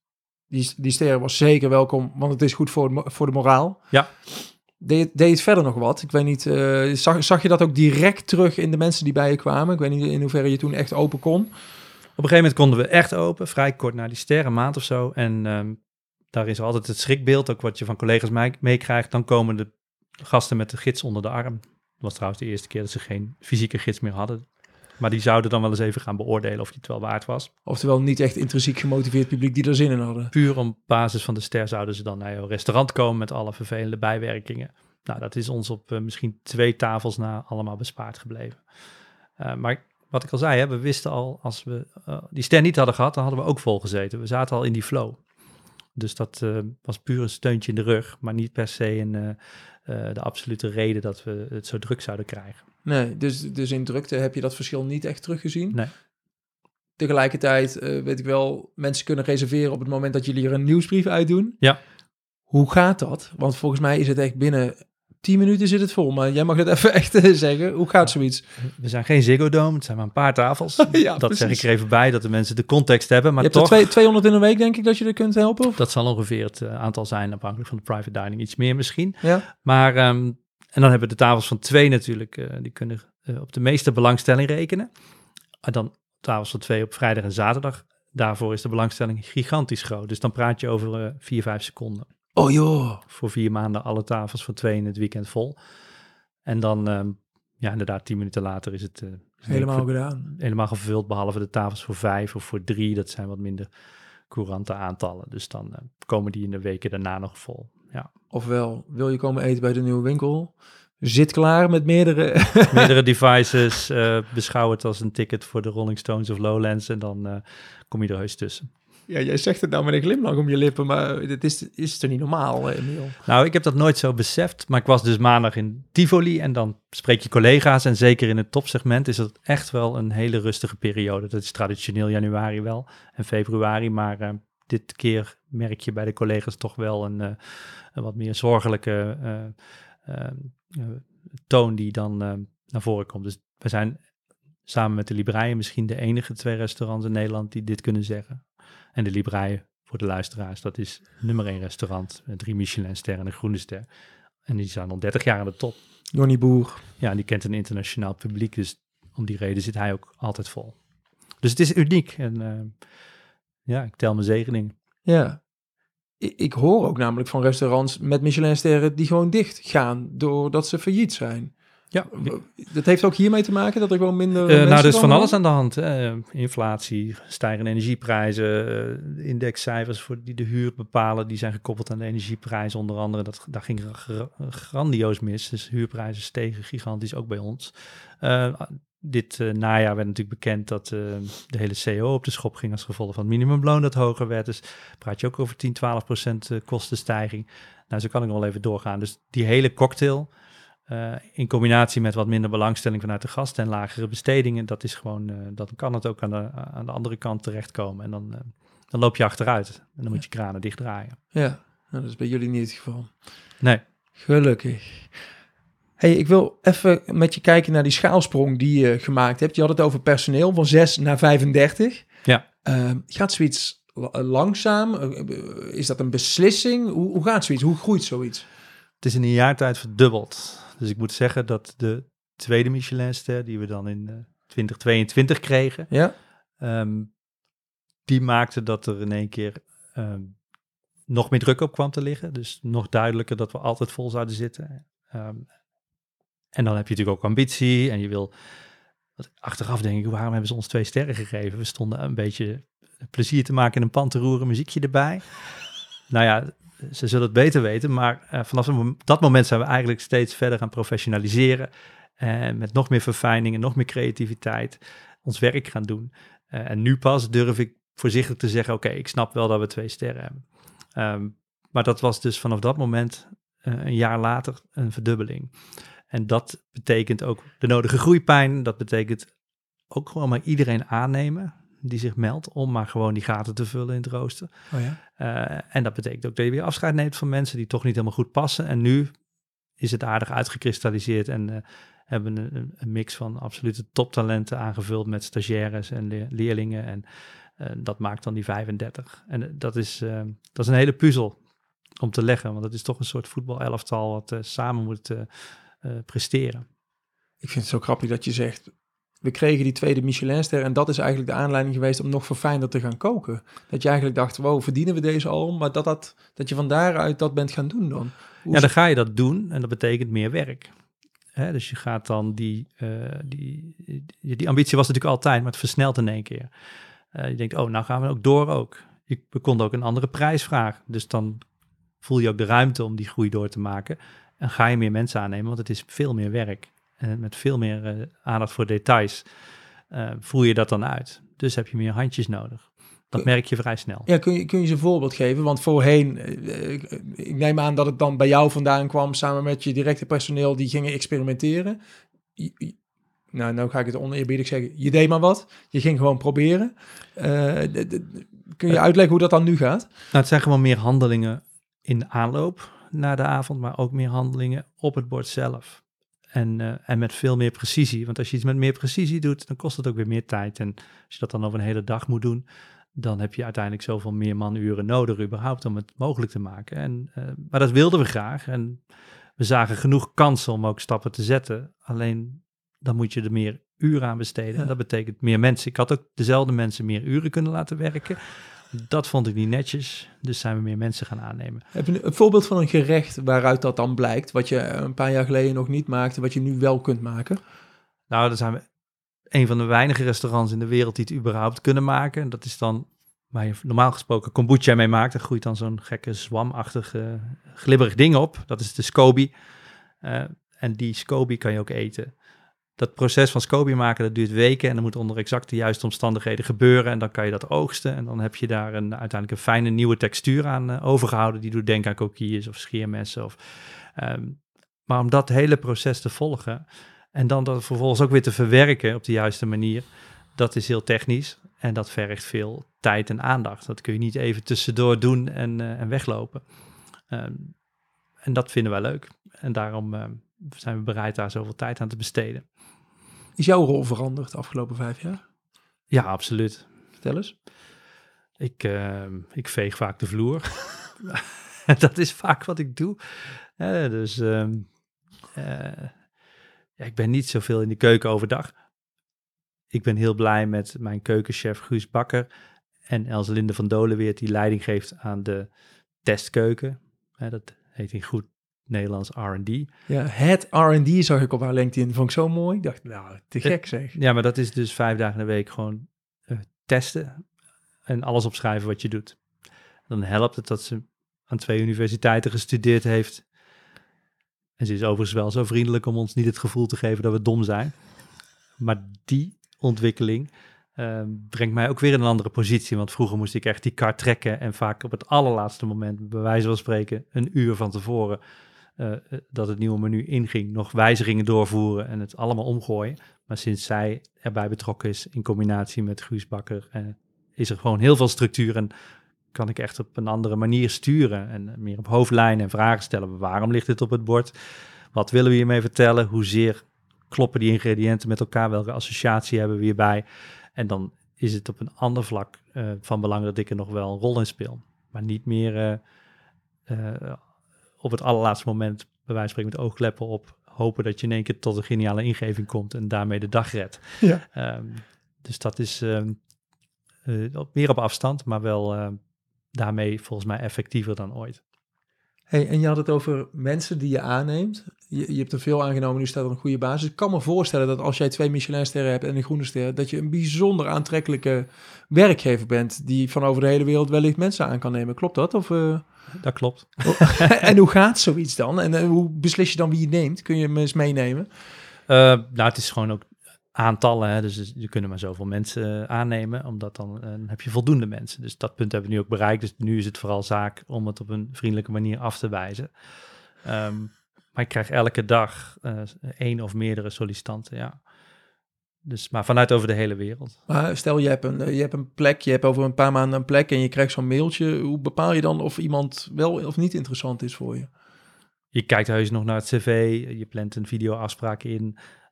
die, die ster was zeker welkom, want het is goed voor, de- voor de moraal. Ja. Deed, deed het verder nog wat? Ik weet niet, uh, zag, zag je dat ook direct terug in de mensen die bij je kwamen? Ik weet niet in hoeverre je toen echt open kon. Op een gegeven moment konden we echt open, vrij kort na die ster, een maand of zo. En um, daar is altijd het schrikbeeld, ook wat je van collega's mee- meekrijgt. Dan komen de gasten met de gids onder de arm. Dat was trouwens de eerste keer dat ze geen fysieke gids meer hadden. Maar die zouden dan wel eens even gaan beoordelen of die het wel waard was. Oftewel niet echt intrinsiek gemotiveerd publiek die er zin in hadden. Puur op basis van de ster zouden ze dan naar jouw restaurant komen met alle vervelende bijwerkingen. Nou, dat is ons op uh, misschien twee tafels na allemaal bespaard gebleven. Uh, maar wat ik al zei, hè, we wisten al, als we uh, die ster niet hadden gehad, dan hadden we ook vol gezeten. We zaten al in die flow. Dus dat uh, was puur een steuntje in de rug, maar niet per se een, uh, uh, de absolute reden dat we het zo druk zouden krijgen. Nee, dus, dus in drukte heb je dat verschil niet echt teruggezien? Nee. Tegelijkertijd uh, weet ik wel, mensen kunnen reserveren op het moment dat jullie er een nieuwsbrief uitdoen. Ja. Hoe gaat dat? Want volgens mij is het echt binnen tien minuten zit het vol. Maar jij mag het even echt uh, zeggen. Hoe gaat zoiets? We zijn geen Ziggo Dome, het zijn maar een paar tafels. Ja, dat precies. zeg ik er even bij, dat de mensen de context hebben. Maar je toch, hebt er twee, tweehonderd in een week, denk ik, dat je er kunt helpen? Of? Dat zal ongeveer het uh, aantal zijn, afhankelijk van de private dining. Iets meer misschien. Ja. Maar, um, en dan hebben we de tafels van twee natuurlijk. Uh, die kunnen uh, op de meeste belangstelling rekenen. En dan tafels van twee op vrijdag en zaterdag. Daarvoor is de belangstelling gigantisch groot. Dus dan praat je over uh, vier, vijf seconden. Oh joh. Voor vier maanden alle tafels van twee in het weekend vol. En dan, um, ja inderdaad, tien minuten later is het... Uh, helemaal voor, gedaan. Helemaal gevuld, behalve de tafels voor vijf of voor drie. Dat zijn wat minder courante aantallen. Dus dan uh, komen die in de weken daarna nog vol. Ja. Ofwel, wil je komen eten bij de nieuwe winkel? Zit klaar met meerdere... meerdere devices. Uh, beschouw het als een ticket voor de Rolling Stones of Lowlands. En dan uh, kom je er heus tussen. Ja, jij zegt het nou met een glimlach om je lippen, maar dit is, is toch niet normaal, Emiel? Nou, ik heb dat nooit zo beseft, maar ik was dus maandag in Tivoli en dan spreek je collega's en zeker in het topsegment is dat echt wel een hele rustige periode. Dat is traditioneel januari wel en februari, maar uh, dit keer merk je bij de collega's toch wel een, uh, een wat meer zorgelijke uh, uh, uh, toon die dan uh, naar voren komt. Dus we zijn samen met de Libraïen misschien de enige twee restaurants in Nederland die dit kunnen zeggen. En de Libraïen, voor de luisteraars, dat is nummer één restaurant. Met drie Michelin-sterren en een groene ster. En die staan al dertig jaar aan de top. Jonny Boer. Ja, en die kent een internationaal publiek. Dus om die reden zit hij ook altijd vol. Dus het is uniek. En uh, ja, ik tel mijn zegening. Ja. Ik, ik hoor ook namelijk van restaurants met Michelin-sterren die gewoon dicht gaan doordat ze failliet zijn. Ja. Dat heeft ook hiermee te maken dat er gewoon minder... Uh, nou, er is van alles aan de hand. Hè. Inflatie, stijgende energieprijzen, uh, indexcijfers voor die de huur bepalen, die zijn gekoppeld aan de energieprijzen onder andere. Dat, daar ging gra- grandioos mis. Dus huurprijzen stegen gigantisch, ook bij ons. Uh, dit uh, najaar werd natuurlijk bekend dat uh, de hele C O op de schop ging als gevolg van het minimumloon dat hoger werd. Dus praat je ook over tien, twaalf procent kostenstijging. Nou, zo kan ik nog wel even doorgaan. Dus die hele cocktail... Uh, in combinatie met wat minder belangstelling vanuit de gasten en lagere bestedingen, dat is gewoon, uh, dan kan het ook aan de, aan de andere kant terechtkomen. En dan, uh, dan loop je achteruit en dan moet je kranen dichtdraaien. Ja, nou, dat is bij jullie niet het geval. Nee. Gelukkig. Hey, ik wil even met je kijken naar die schaalsprong die je gemaakt hebt. Je had het over personeel van zes naar vijfendertig. Ja. Uh, gaat zoiets langzaam? Uh, is dat een beslissing? Hoe, hoe gaat zoiets? Hoe groeit zoiets? Het is in een jaar tijd verdubbeld. Dus ik moet zeggen dat de tweede Michelinster, die we dan in uh, twintig tweeëntwintig kregen, ja? um, die maakte dat er in één keer um, nog meer druk op kwam te liggen. Dus nog duidelijker dat we altijd vol zouden zitten. Um, en dan heb je natuurlijk ook ambitie en je wil... Achteraf denk ik, waarom hebben ze ons twee sterren gegeven? We stonden een beetje plezier te maken in een pan te roeren, muziekje erbij. Nou ja... Ze zullen het beter weten, maar uh, vanaf dat moment zijn we eigenlijk steeds verder gaan professionaliseren. En uh, met nog meer verfijningen, nog meer creativiteit, ons werk gaan doen. Uh, en nu pas durf ik voorzichtig te zeggen, oké, okay, ik snap wel dat we twee sterren hebben. Um, maar dat was dus vanaf dat moment, uh, een jaar later, een verdubbeling. En dat betekent ook de nodige groeipijn. Dat betekent ook gewoon maar iedereen aannemen die zich meldt, om maar gewoon die gaten te vullen in het rooster. Oh ja? Uh, en dat betekent ook dat je weer afscheid neemt van mensen die toch niet helemaal goed passen. En nu is het aardig uitgekristalliseerd en, uh, hebben een, een mix van absolute toptalenten aangevuld met stagiaires en le- leerlingen. En uh, dat maakt dan die vijfendertig. En uh, dat, is, uh, dat is een hele puzzel om te leggen, want het is toch een soort voetbalelftal wat uh, samen moet uh, uh, presteren. Ik vind het zo grappig dat je zegt, we kregen die tweede Michelinster en dat is eigenlijk de aanleiding geweest om nog verfijnder te gaan koken. Dat je eigenlijk dacht, wow, verdienen we deze al? Maar dat, dat, dat je van daaruit dat bent gaan doen dan. Hoe ja, dan ga je dat doen en dat betekent meer werk. Hè, dus je gaat dan die, uh, die, die, die ambitie was natuurlijk altijd, maar het versnelt in één keer. Uh, je denkt, oh, nou gaan we ook door ook. Je, we konden ook een andere prijs vragen. Dus dan voel je ook de ruimte om die groei door te maken. En ga je meer mensen aannemen, want het is veel meer werk. En met veel meer uh, aandacht voor details uh, voer je dat dan uit. Dus heb je meer handjes nodig. Dat merk je vrij snel. Ja, kun je, kun je eens een voorbeeld geven? Want voorheen, uh, ik neem aan dat het dan bij jou vandaan kwam, samen met je directe personeel, die gingen experimenteren. Je, je, nou, nou ga ik het oneerbiedig zeggen. Je deed maar wat. Je ging gewoon proberen. Uh, de, de, kun je uitleggen hoe dat dan nu gaat? Nou, het zijn gewoon meer handelingen in aanloop naar de avond, maar ook meer handelingen op het bord zelf. En, uh, en met veel meer precisie. Want als je iets met meer precisie doet, dan kost het ook weer meer tijd. En als je dat dan over een hele dag moet doen, dan heb je uiteindelijk zoveel meer manuren nodig überhaupt om het mogelijk te maken. En, uh, maar dat wilden we graag. En we zagen genoeg kansen om ook stappen te zetten. Alleen dan moet je er meer uren aan besteden. Ja. En dat betekent meer mensen. Ik had ook dezelfde mensen meer uren kunnen laten werken. Dat vond ik niet netjes, dus zijn we meer mensen gaan aannemen. Heb je een voorbeeld van een gerecht waaruit dat dan blijkt, wat je een paar jaar geleden nog niet maakte, wat je nu wel kunt maken? Nou, dan zijn we een van de weinige restaurants in de wereld die het überhaupt kunnen maken. En dat is dan, waar je normaal gesproken kombucha mee maakt. Er groeit dan zo'n gekke zwamachtig uh, glibberig ding op. Dat is de SCOBY. Uh, en die SCOBY kan je ook eten. Dat proces van SCOBY maken, dat duurt weken en dat moet onder exact de juiste omstandigheden gebeuren. En dan kan je dat oogsten en dan heb je daar een, uiteindelijk een fijne nieuwe textuur aan uh, overgehouden. Die doet denken aan coquilles of scheermessen. Of, um, maar om dat hele proces te volgen en dan dat vervolgens ook weer te verwerken op de juiste manier, dat is heel technisch en dat vergt veel tijd en aandacht. Dat kun je niet even tussendoor doen en, uh, en weglopen. Um, en dat vinden wij leuk. En daarom uh, zijn we bereid daar zoveel tijd aan te besteden. Is jouw rol veranderd de afgelopen vijf jaar? Ja, absoluut. Vertel eens. Ik, uh, ik veeg vaak de vloer. Dat is vaak wat ik doe. Uh, dus um, uh, ja, ik ben niet zoveel in de keuken overdag. Ik ben heel blij met mijn keukenchef Guus Bakker en Elselinde van Dolenweert, die leiding geeft aan de testkeuken. Uh, dat heet in goed Nederlands R en D. Ja, het R en D zag ik op haar LinkedIn. Vond ik zo mooi. Ik dacht, nou, te gek zeg. Ja, maar dat is dus vijf dagen in de week gewoon uh, testen en alles opschrijven wat je doet. Dan helpt het dat ze aan twee universiteiten gestudeerd heeft. En ze is overigens wel zo vriendelijk om ons niet het gevoel te geven dat we dom zijn. Maar die ontwikkeling uh, brengt mij ook weer in een andere positie. Want vroeger moest ik echt die kar trekken en vaak op het allerlaatste moment, bij wijze van spreken, een uur van tevoren, Uh, dat het nieuwe menu inging, nog wijzigingen doorvoeren en het allemaal omgooien. Maar sinds zij erbij betrokken is in combinatie met Guus Bakker, uh, is er gewoon heel veel structuur en kan ik echt op een andere manier sturen en meer op hoofdlijnen en vragen stellen. Waarom ligt dit op het bord? Wat willen we hiermee vertellen? Hoezeer kloppen die ingrediënten met elkaar? Welke associatie hebben we hierbij? En dan is het op een ander vlak uh, van belang dat ik er nog wel een rol in speel. Maar niet meer Uh, uh, op het allerlaatste moment, bij wijze van spreken met oogkleppen op, hopen dat je in één keer tot een geniale ingeving komt en daarmee de dag redt. Ja. Um, dus dat is um, uh, meer op afstand, maar wel uh, daarmee volgens mij effectiever dan ooit. Hey, en je had het over mensen die je aanneemt. Je, je hebt er veel aangenomen, nu staat er een goede basis. Ik kan me voorstellen dat als jij twee Michelinsterren hebt en een groene ster, dat je een bijzonder aantrekkelijke werkgever bent die van over de hele wereld wellicht mensen aan kan nemen. Klopt dat? Of, uh... Dat klopt. En hoe gaat zoiets dan? En uh, hoe beslis je dan wie je neemt? Kun je hem eens meenemen? Uh, nou, het is gewoon ook aantallen. Hè? Dus je kunnen maar zoveel mensen aannemen, omdat dan, uh, dan heb je voldoende mensen. Dus dat punt hebben we nu ook bereikt. Dus nu is het vooral zaak om het op een vriendelijke manier af te wijzen. Um, maar ik krijg elke dag uh, één of meerdere sollicitanten, ja. Dus, maar vanuit over de hele wereld. Maar stel, je hebt, een, je hebt een plek, je hebt over een paar maanden een plek en je krijgt zo'n mailtje. Hoe bepaal je dan of iemand wel of niet interessant is voor je? Je kijkt heus nog naar het cv, je plant een videoafspraak in.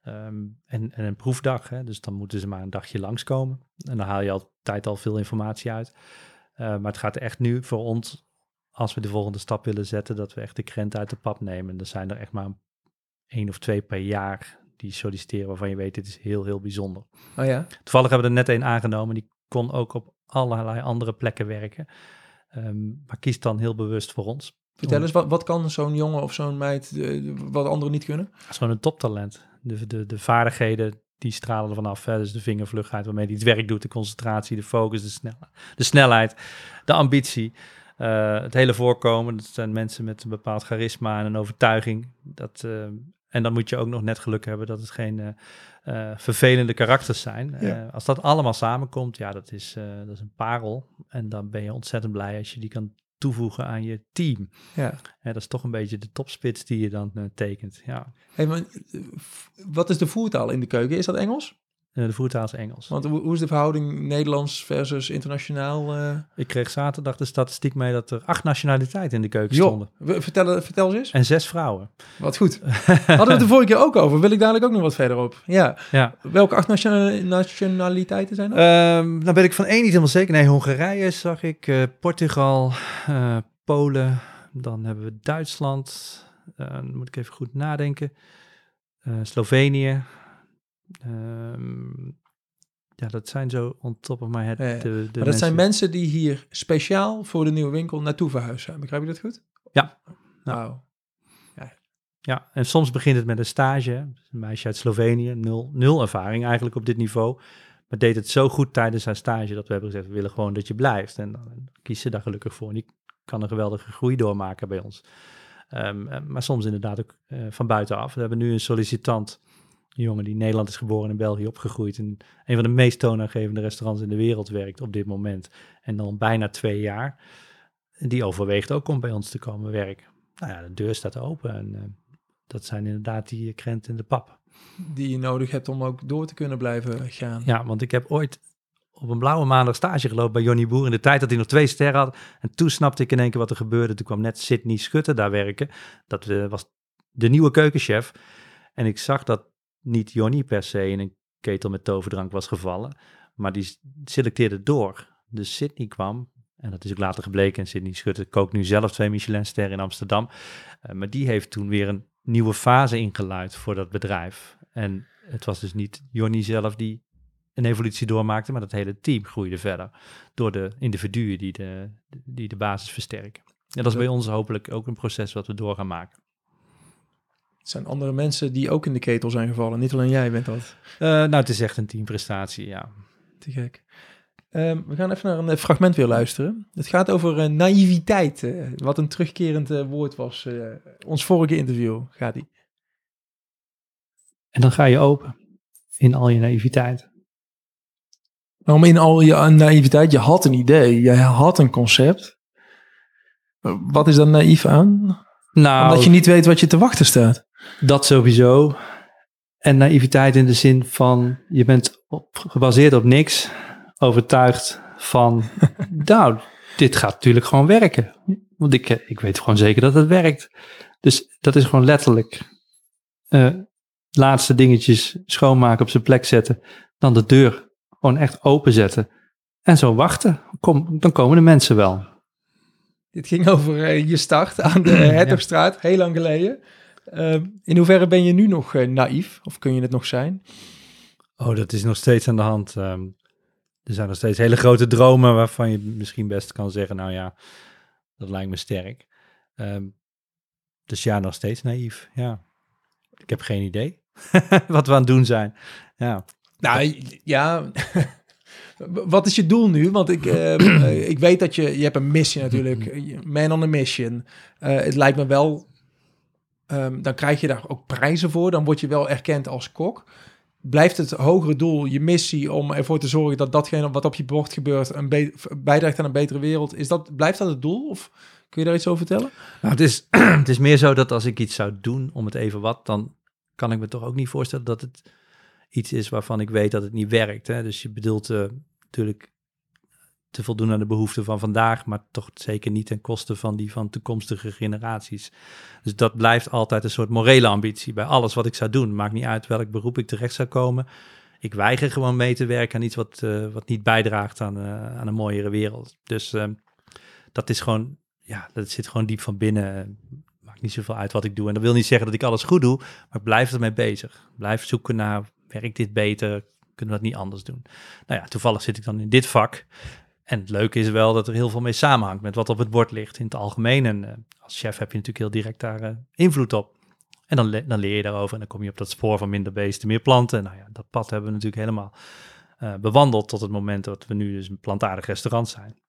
Um, en, en een proefdag, hè, dus dan moeten ze maar een dagje langskomen. En dan haal je altijd al veel informatie uit. Uh, maar het gaat echt nu voor ons, als we de volgende stap willen zetten, dat we echt de krenten uit de pap nemen. Er zijn er echt maar één of twee per jaar die solliciteren waarvan je weet, dit is heel, heel bijzonder. Oh ja? Toevallig hebben we er net één aangenomen, die kon ook op allerlei andere plekken werken. Um, maar kiest dan heel bewust voor ons. Vertel eens, wat, wat kan zo'n jongen of zo'n meid uh, wat anderen niet kunnen? Dat is gewoon een toptalent. De, de, de vaardigheden, die stralen er vanaf. Hè? Dus de vingervlugheid waarmee hij het werk doet, de concentratie, de focus, de, snel, de snelheid, de ambitie. Uh, het hele voorkomen, dat zijn mensen met een bepaald charisma en een overtuiging. Dat, uh, en dan moet je ook nog net geluk hebben dat het geen uh, uh, vervelende karakters zijn. Ja. Uh, als dat allemaal samenkomt, ja, dat is, uh, dat is een parel. En dan ben je ontzettend blij als je die kan toevoegen aan je team. Ja. Ja, dat is toch een beetje de topspits die je dan uh, tekent. Ja. Hey, maar, wat is de voertaal in de keuken? Is dat Engels? Uh, de voertaal is Engels. Want hoe is de verhouding Nederlands versus internationaal? Uh... Ik kreeg zaterdag de statistiek mee dat er acht nationaliteiten in de keuken jo, stonden. Vertel, vertel eens eens. En zes vrouwen. Wat goed. Hadden we het de vorige keer ook over. Wil ik dadelijk ook nog wat verder op. Ja. ja. Welke acht nation- nationaliteiten zijn dat? Um, dan ben ik van één niet helemaal zeker. Nee, Hongarije zag ik, uh, Portugal, uh, Polen. Dan hebben we Duitsland. Uh, dan moet ik even goed nadenken. Uh, Slovenië. Um, ja, dat zijn zo on top of my head. Ja, ja. De, de maar dat mensen... zijn mensen die hier speciaal voor de nieuwe winkel naartoe verhuisd zijn. Begrijp je dat goed? Ja. Nou. Wow. Ja. Ja, en soms begint het met een stage. Een meisje uit Slovenië, nul, nul ervaring eigenlijk op dit niveau. Maar deed het zo goed tijdens haar stage dat we hebben gezegd, we willen gewoon dat je blijft. En dan kies ze daar gelukkig voor. En die kan een geweldige groei doormaken bij ons. Um, maar soms inderdaad ook uh, van buitenaf. We hebben nu een sollicitant, een jongen die in Nederland is geboren en in België opgegroeid. En een van de meest toonaangevende restaurants in de wereld werkt op dit moment. En dan bijna twee jaar. Die overweegt ook om bij ons te komen werken. Nou ja, de deur staat open. En uh, dat zijn inderdaad die krenten in de pap. Die je nodig hebt om ook door te kunnen blijven gaan. Ja, want ik heb ooit op een blauwe maandag stage gelopen bij Johnny Boer in de tijd dat hij nog twee sterren had. En toen snapte ik in één keer wat er gebeurde. Toen kwam net Sydney Schutte daar werken. Dat uh, was de nieuwe keukenchef. En ik zag dat niet Johnny per se in een ketel met toverdrank was gevallen, maar die selecteerde door. Dus Sydney kwam, en dat is ook later gebleken, en Sydney Schutte kookt nu zelf twee Michelinsterren in Amsterdam, uh, maar die heeft toen weer een nieuwe fase ingeluid voor dat bedrijf. En het was dus niet Johnny zelf die een evolutie doormaakte, maar dat hele team groeide verder door de individuen die de, die de basis versterken. En dat is bij ons hopelijk ook een proces wat we door gaan maken. Het zijn andere mensen die ook in de ketel zijn gevallen. Niet alleen jij bent dat. Uh, nou, het is echt een teamprestatie, ja. Te gek. Um, we gaan even naar een fragment weer luisteren. Het gaat over uh, naïviteit. Uh, wat een terugkerend uh, woord was. Uh, ons vorige interview gaat die. En dan ga je open. In al je naïviteit. Waarom in al je naïviteit? Je had een idee. Je had een concept. Wat is daar naïef aan? Nou, omdat je niet weet wat je te wachten staat. Dat sowieso. En naïviteit in de zin van, je bent op, gebaseerd op niks, overtuigd van, nou, dit gaat natuurlijk gewoon werken. Want ik, ik weet gewoon zeker dat het werkt. Dus dat is gewoon letterlijk uh, laatste dingetjes schoonmaken, op zijn plek zetten, dan de deur gewoon echt openzetten. En zo wachten. Kom, dan komen de mensen wel. Dit ging over uh, je start aan de Hertogstraat, ja. Heel lang geleden. Uh, in hoeverre ben je nu nog uh, naïef? Of kun je het nog zijn? Oh, dat is nog steeds aan de hand. Um, er zijn nog steeds hele grote dromen waarvan je misschien best kan zeggen, nou ja, dat lijkt me sterk. Um, dus ja, nog steeds naïef. Ja, ik heb geen idee wat we aan het doen zijn. Ja. Nou ja. Wat is je doel nu? Want ik, uh, ik weet dat je, je hebt een missie natuurlijk. Man on a mission. Uh, het lijkt me wel, um, dan krijg je daar ook prijzen voor. Dan word je wel erkend als kok. Blijft het hogere doel, je missie om ervoor te zorgen dat datgene wat op je bord gebeurt een be- bijdraagt aan een betere wereld. Is dat, blijft dat het doel? Of kun je daar iets over vertellen? Nou, het is, het is meer zo dat als ik iets zou doen om het even wat, dan kan ik me toch ook niet voorstellen dat het iets is waarvan ik weet dat het niet werkt. Hè? Dus je bedoelt uh, natuurlijk te voldoen aan de behoeften van vandaag, maar toch zeker niet ten koste van die van toekomstige generaties. Dus dat blijft altijd een soort morele ambitie bij alles wat ik zou doen. Maakt niet uit welk beroep ik terecht zou komen. Ik weiger gewoon mee te werken aan iets wat, uh, wat niet bijdraagt aan, uh, aan een mooiere wereld. Dus uh, dat is gewoon, ja, dat zit gewoon diep van binnen. Maakt niet zoveel uit wat ik doe. En dat wil niet zeggen dat ik alles goed doe, maar ik blijf ermee bezig. Blijf zoeken naar, werkt dit beter? Kunnen we dat niet anders doen? Nou ja, toevallig zit ik dan in dit vak. En het leuke is wel dat er heel veel mee samenhangt met wat op het bord ligt in het algemeen. En uh, als chef heb je natuurlijk heel direct daar uh, invloed op. En dan, le- dan leer je daarover en dan kom je op dat spoor van minder beesten, meer planten. Nou ja, dat pad hebben we natuurlijk helemaal uh, bewandeld tot het moment dat we nu dus een plantaardig restaurant zijn.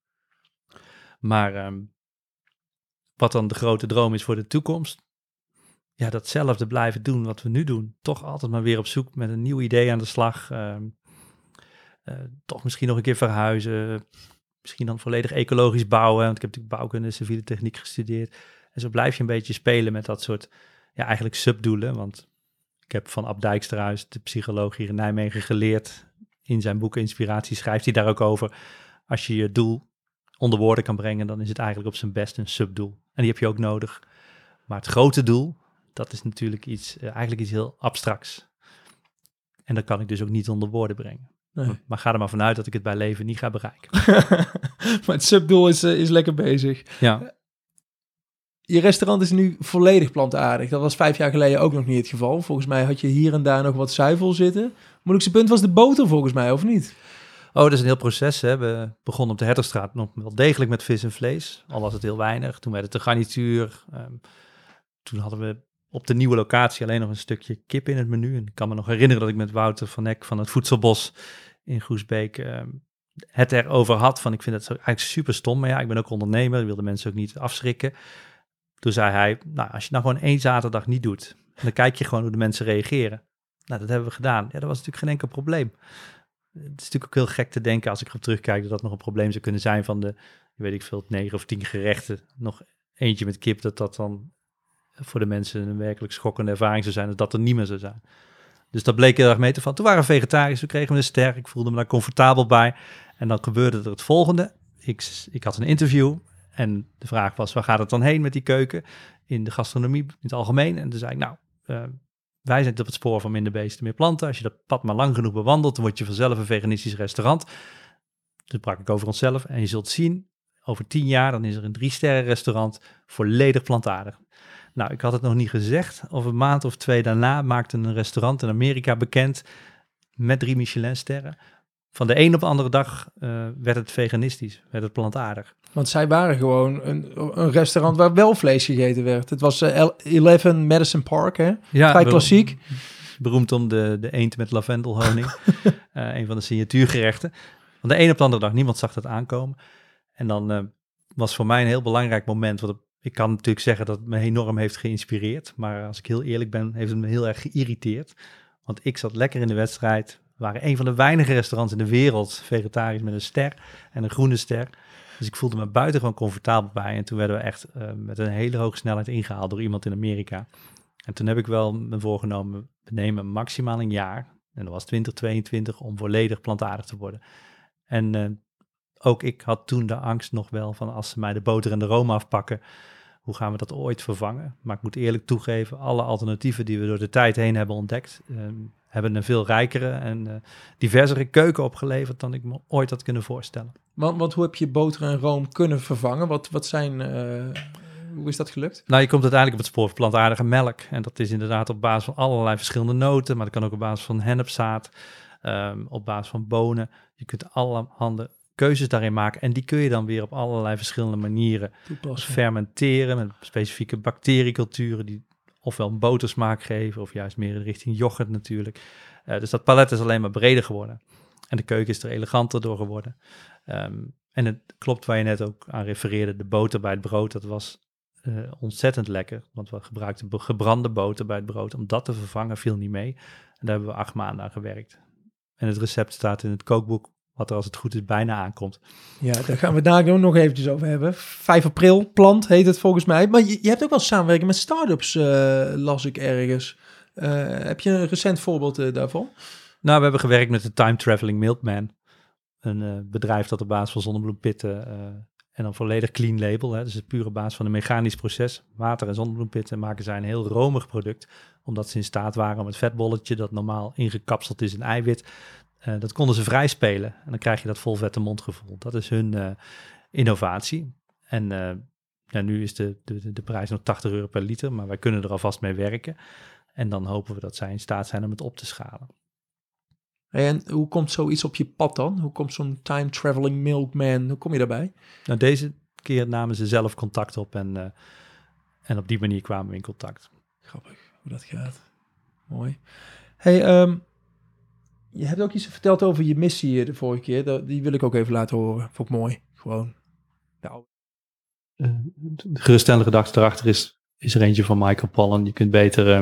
Maar um, wat dan de grote droom is voor de toekomst, ja, datzelfde blijven doen wat we nu doen. Toch altijd maar weer op zoek met een nieuw idee aan de slag. Um, uh, toch misschien nog een keer verhuizen. Misschien dan volledig ecologisch bouwen. Want ik heb natuurlijk bouwkunde en civiele techniek gestudeerd. En zo blijf je een beetje spelen met dat soort, ja, eigenlijk subdoelen. Want ik heb van Ab Dijksterhuis, de psycholoog hier in Nijmegen, geleerd. In zijn boek Inspiratie schrijft hij daar ook over. Als je je doel onder woorden kan brengen, dan is het eigenlijk op zijn best een subdoel. En die heb je ook nodig. Maar het grote doel, dat is natuurlijk iets, uh, eigenlijk iets heel abstracts. En dat kan ik dus ook niet onder woorden brengen. Nee. Maar ga er maar vanuit dat ik het bij leven niet ga bereiken. Maar het subdoel is, uh, is lekker bezig. Ja. Je restaurant is nu volledig plantaardig. Dat was vijf jaar geleden ook nog niet het geval. Volgens mij had je hier en daar nog wat zuivel zitten. Moeilijkste punt was de boter volgens mij, of niet? Oh, dat is een heel proces. Hè. We begonnen op de Hertogstraat nog wel degelijk met vis en vlees. Al was het heel weinig. Toen werd het de garnituur. Um, toen hadden we op de nieuwe locatie alleen nog een stukje kip in het menu. En ik kan me nog herinneren dat ik met Wouter van Eck van het Voedselbos in Groesbeek um, het erover had. Van ik vind het zo eigenlijk super stom. Maar ja, ik ben ook ondernemer. Ik wilde mensen ook niet afschrikken. Toen zei hij, nou, als je nou gewoon één zaterdag niet doet, en dan kijk je gewoon hoe de mensen reageren. Nou, dat hebben we gedaan. Ja, dat was natuurlijk geen enkel probleem. Het is natuurlijk ook heel gek te denken, als ik erop terugkijk, dat dat nog een probleem zou kunnen zijn van de, weet ik veel, negen of tien gerechten. Nog eentje met kip, dat dat dan voor de mensen een werkelijk schokkende ervaring zou zijn, dat dat er niet meer zou zijn. Dus dat bleek heel erg mee te vallen. Toen waren we vegetarisch, toen kregen we een ster. Ik voelde me daar comfortabel bij. En dan gebeurde er het volgende. Ik, ik had een interview. En de vraag was, waar gaat het dan heen met die keuken in de gastronomie in het algemeen? En toen zei ik, nou, uh, wij zijn op het spoor van minder beesten, meer planten. Als je dat pad maar lang genoeg bewandelt, dan word je vanzelf een veganistisch restaurant. Toen sprak ik over onszelf. En je zult zien, over tien jaar, dan is er een drie sterren restaurant volledig plantaardig. Nou, ik had het nog niet gezegd. Over een maand of twee daarna maakte een restaurant in Amerika bekend met drie Michelin-sterren. Van de een op de andere dag uh, werd het veganistisch, werd het plantaardig. Want zij waren gewoon een, een restaurant waar wel vlees gegeten werd. Het was uh, elf Madison Park, hè? Ja, vrij klassiek. Beroemd om de, de eend met lavendelhoning. uh, een van de signatuurgerechten. Van de een op de andere dag, niemand zag dat aankomen. En dan uh, was voor mij een heel belangrijk moment. Want ik kan natuurlijk zeggen dat het me enorm heeft geïnspireerd. Maar als ik heel eerlijk ben, heeft het me heel erg geïrriteerd. Want ik zat lekker in de wedstrijd. We waren een van de weinige restaurants in de wereld, vegetarisch met een ster en een groene ster. Dus ik voelde me buitengewoon comfortabel bij. En toen werden we echt uh, met een hele hoge snelheid ingehaald door iemand in Amerika. En toen heb ik wel me voorgenomen, we nemen maximaal een jaar, en dat was twintig tweeëntwintig, om volledig plantaardig te worden. En uh, ook ik had toen de angst nog wel van, als ze mij de boter en de room afpakken, hoe gaan we dat ooit vervangen? Maar ik moet eerlijk toegeven, alle alternatieven die we door de tijd heen hebben ontdekt, uh, hebben een veel rijkere en uh, diversere keuken opgeleverd dan ik me ooit had kunnen voorstellen. Want, want hoe heb je boter en room kunnen vervangen? Wat, wat zijn, uh, hoe is dat gelukt? Nou, je komt uiteindelijk op het spoor van plantaardige melk. En dat is inderdaad op basis van allerlei verschillende noten, maar dat kan ook op basis van hennepzaad, um, op basis van bonen. Je kunt allerhande keuzes daarin maken en die kun je dan weer op allerlei verschillende manieren toepassen. Fermenteren met specifieke bacterieculturen die ofwel een botersmaak geven, of juist meer richting yoghurt natuurlijk. Uh, dus dat palet is alleen maar breder geworden. En de keuken is er eleganter door geworden. Um, en het klopt waar je net ook aan refereerde, de boter bij het brood, dat was uh, ontzettend lekker. Want we gebruikten gebrande boter bij het brood. Om dat te vervangen viel niet mee. En daar hebben we acht maanden aan gewerkt. En het recept staat in het kookboek, wat er als het goed is bijna aankomt. Ja, daar gaan we het daar nog eventjes over hebben. vijf april, plant heet het volgens mij. Maar je, je hebt ook wel samenwerking met start-ups, uh, las ik ergens. Uh, heb je een recent voorbeeld uh, daarvan? Nou, we hebben gewerkt met de Time Traveling Milkman. een uh, bedrijf dat op basis van zonnebloempitten uh, en dan volledig clean label, hè, dus het pure basis van een mechanisch proces, water en zonnebloempitten, maken zij een heel romig product, omdat ze in staat waren om het vetbolletje dat normaal ingekapseld is in eiwit, uh, dat konden ze vrij spelen. En dan krijg je dat vol vette mondgevoel. Dat is hun uh, innovatie. En uh, ja, nu is de, de, de prijs nog tachtig euro per liter, maar wij kunnen er alvast mee werken. En dan hopen we dat zij in staat zijn om het op te schalen. En hoe komt zoiets op je pad dan? Hoe komt zo'n time traveling milkman, hoe kom je daarbij? Nou, deze keer namen ze zelf contact op en, uh, en op die manier kwamen we in contact. Grappig hoe dat gaat. Mooi. Hey, um, je hebt ook iets verteld over je missie de vorige keer. Die wil ik ook even laten horen. Vond ik mooi. Gewoon. Nou. Uh, de geruststellende gedachte erachter is, is er eentje van Michael Pollan. Je kunt beter uh,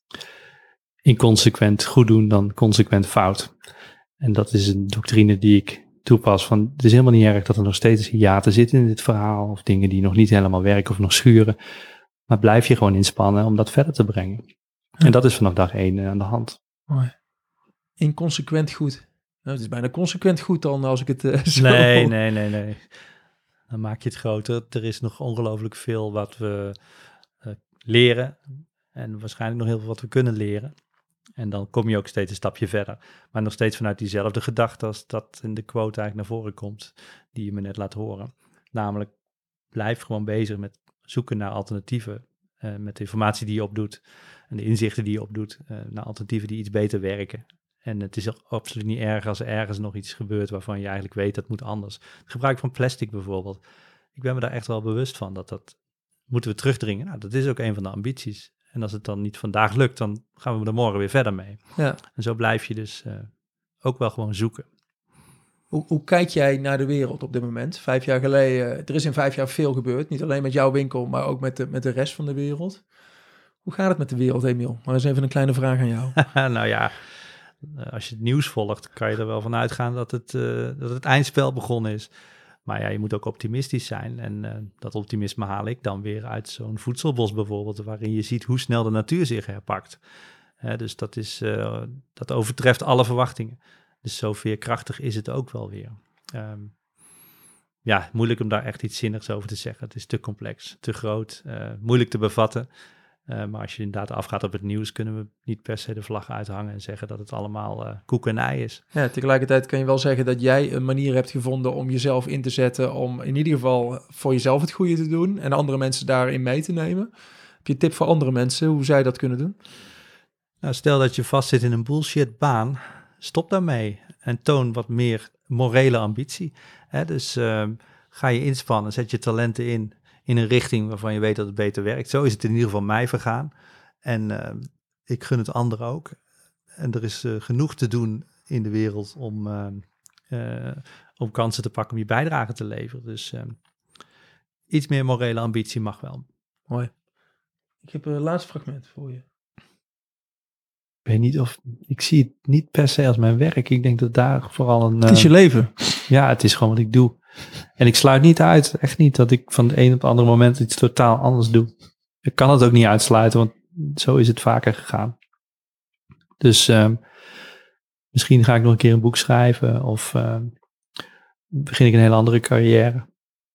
inconsequent goed doen dan consequent fout. En dat is een doctrine die ik toepas. Van, het is helemaal niet erg dat er nog steeds hiaten zitten in dit verhaal. Of dingen die nog niet helemaal werken of nog schuren. Maar blijf je gewoon inspannen om dat verder te brengen. Ja. En dat is vanaf dag één uh, aan de hand. Mooi. Inconsequent goed. Nou, het is bijna consequent goed dan als ik het uh, zo... Nee, nee, nee, nee. Dan maak je het groter. Er is nog ongelooflijk veel wat we uh, leren. En waarschijnlijk nog heel veel wat we kunnen leren. En dan kom je ook steeds een stapje verder. Maar nog steeds vanuit diezelfde gedachte als dat in de quote eigenlijk naar voren komt. Die je me net laat horen. Namelijk, blijf gewoon bezig met zoeken naar alternatieven. Uh, met de informatie die je opdoet. En de inzichten die je opdoet. Uh, naar alternatieven die iets beter werken. En het is ook absoluut niet erg als er ergens nog iets gebeurt waarvan je eigenlijk weet dat moet anders. Het gebruik van plastic bijvoorbeeld. Ik ben me daar echt wel bewust van dat dat moeten we terugdringen. Nou, dat is ook een van de ambities. En als het dan niet vandaag lukt, dan gaan we er morgen weer verder mee. Ja. En zo blijf je dus uh, ook wel gewoon zoeken. Hoe, hoe kijk jij naar de wereld op dit moment? Vijf jaar geleden, er is in vijf jaar veel gebeurd. Niet alleen met jouw winkel, maar ook met de, met de rest van de wereld. Hoe gaat het met de wereld, Emiel? Maar eens even een kleine vraag aan jou. Nou ja, als je het nieuws volgt, kan je er wel van uitgaan dat het, uh, dat het eindspel begonnen is. Maar ja, je moet ook optimistisch zijn. En uh, dat optimisme haal ik dan weer uit zo'n voedselbos bijvoorbeeld, waarin je ziet hoe snel de natuur zich herpakt. Uh, dus dat, is, uh, dat overtreft alle verwachtingen. Dus zo veerkrachtig is het ook wel weer. Um, ja, moeilijk om daar echt iets zinnigs over te zeggen. Het is te complex, te groot, uh, moeilijk te bevatten. Uh, maar als je inderdaad afgaat op het nieuws, kunnen we niet per se de vlag uithangen en zeggen dat het allemaal uh, koek en ei is. Ja, tegelijkertijd kan je wel zeggen dat jij een manier hebt gevonden om jezelf in te zetten, om in ieder geval voor jezelf het goede te doen en andere mensen daarin mee te nemen. Heb je een tip voor andere mensen hoe zij dat kunnen doen? Nou, stel dat je vastzit in een bullshit baan, stop daarmee en toon wat meer morele ambitie. Hè, dus uh, ga je inspannen, zet je talenten in. in een richting waarvan je weet dat het beter werkt. Zo is het in ieder geval mij vergaan. En uh, ik gun het anderen ook. En er is uh, genoeg te doen in de wereld om, uh, uh, om kansen te pakken om je bijdrage te leveren. Dus uh, iets meer morele ambitie mag wel. Mooi. Ik heb een laatste fragment voor je. Ik weet niet of... Ik zie het niet per se als mijn werk. Ik denk dat daar vooral een... Uh, het is je leven. Ja, het is gewoon wat ik doe. En ik sluit niet uit, echt niet, dat ik van het een op het andere moment iets totaal anders doe. Ik kan het ook niet uitsluiten, want zo is het vaker gegaan. Dus um, misschien ga ik nog een keer een boek schrijven of uh, begin ik een hele andere carrière.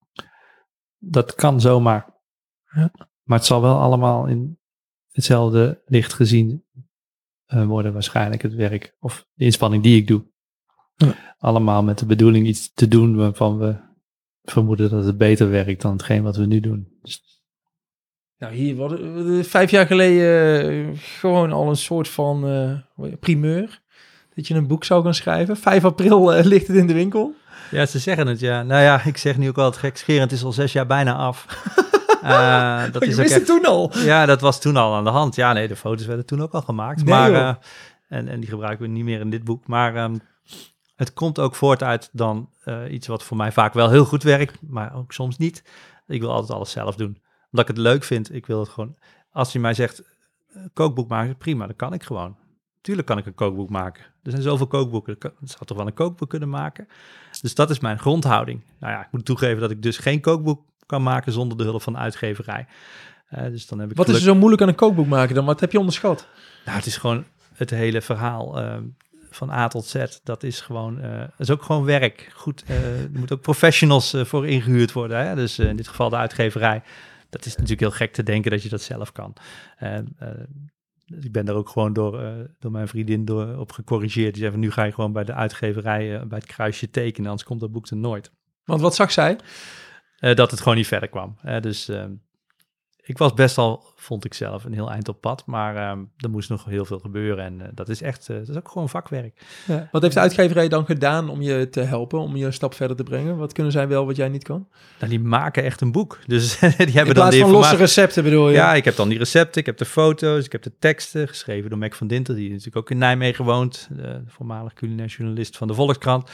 Dat kan zomaar. Ja. Maar het zal wel allemaal in hetzelfde licht gezien uh, worden waarschijnlijk, het werk of de inspanning die ik doe. Ja. Allemaal met de bedoeling iets te doen waarvan we vermoeden dat het beter werkt dan hetgeen wat we nu doen. Dus... Nou, hier worden vijf jaar geleden uh, gewoon al een soort van uh, primeur. Dat je een boek zou gaan schrijven. vijf april uh, ligt het in de winkel. Ja, ze zeggen het, ja. Nou ja, ik zeg nu ook altijd gekscherend, het is al zes jaar bijna af. uh, dat oh, je is wist echt... het toen al? Ja, dat was toen al aan de hand. Ja, nee, de foto's werden toen ook al gemaakt. Nee, maar, uh, en, en die gebruiken we niet meer in dit boek. Maar um, het komt ook voort uit dan uh, iets wat voor mij vaak wel heel goed werkt, maar ook soms niet. Ik wil altijd alles zelf doen. Omdat ik het leuk vind. Ik wil het gewoon... Als je mij zegt, uh, kookboek maken, prima, dan kan ik gewoon. Tuurlijk kan ik een kookboek maken. Er zijn zoveel kookboeken. Ik zou toch wel een kookboek kunnen maken. Dus dat is mijn grondhouding. Nou ja, ik moet toegeven dat ik dus geen kookboek kan maken zonder de hulp van de uitgeverij. Uh, dus dan heb ik Wat geluk... is er zo moeilijk aan een kookboek maken dan? Wat heb je onderschat? Nou, het is gewoon het hele verhaal. Uh, van A tot Z, dat is gewoon, uh, dat is ook gewoon werk. Goed, uh, er moeten ook professionals uh, voor ingehuurd worden. Hè? Dus uh, in dit geval de uitgeverij. Dat is natuurlijk heel gek te denken dat je dat zelf kan. Uh, uh, dus ik ben daar ook gewoon door, uh, door mijn vriendin door, op gecorrigeerd. Die zei van, nu ga je gewoon bij de uitgeverij uh, bij het kruisje tekenen, anders komt dat boek er nooit. Want wat zag zij? Uh, dat het gewoon niet verder kwam. Uh, dus uh, ik was best al, vond ik zelf, een heel eind op pad. Maar um, er moest nog heel veel gebeuren. En uh, dat is echt, uh, dat is ook gewoon vakwerk. Ja. Wat heeft de uitgeverij dan gedaan om je te helpen, om je een stap verder te brengen? Wat kunnen zij wel wat jij niet kan? Nou, die maken echt een boek. Dus die hebben In dan plaats van losse recepten bedoel je? Ja, ik heb dan die recepten, ik heb de foto's, ik heb de teksten, geschreven door Mac van Dinter, die natuurlijk ook in Nijmegen woont. De voormalig culinair journalist van de Volkskrant.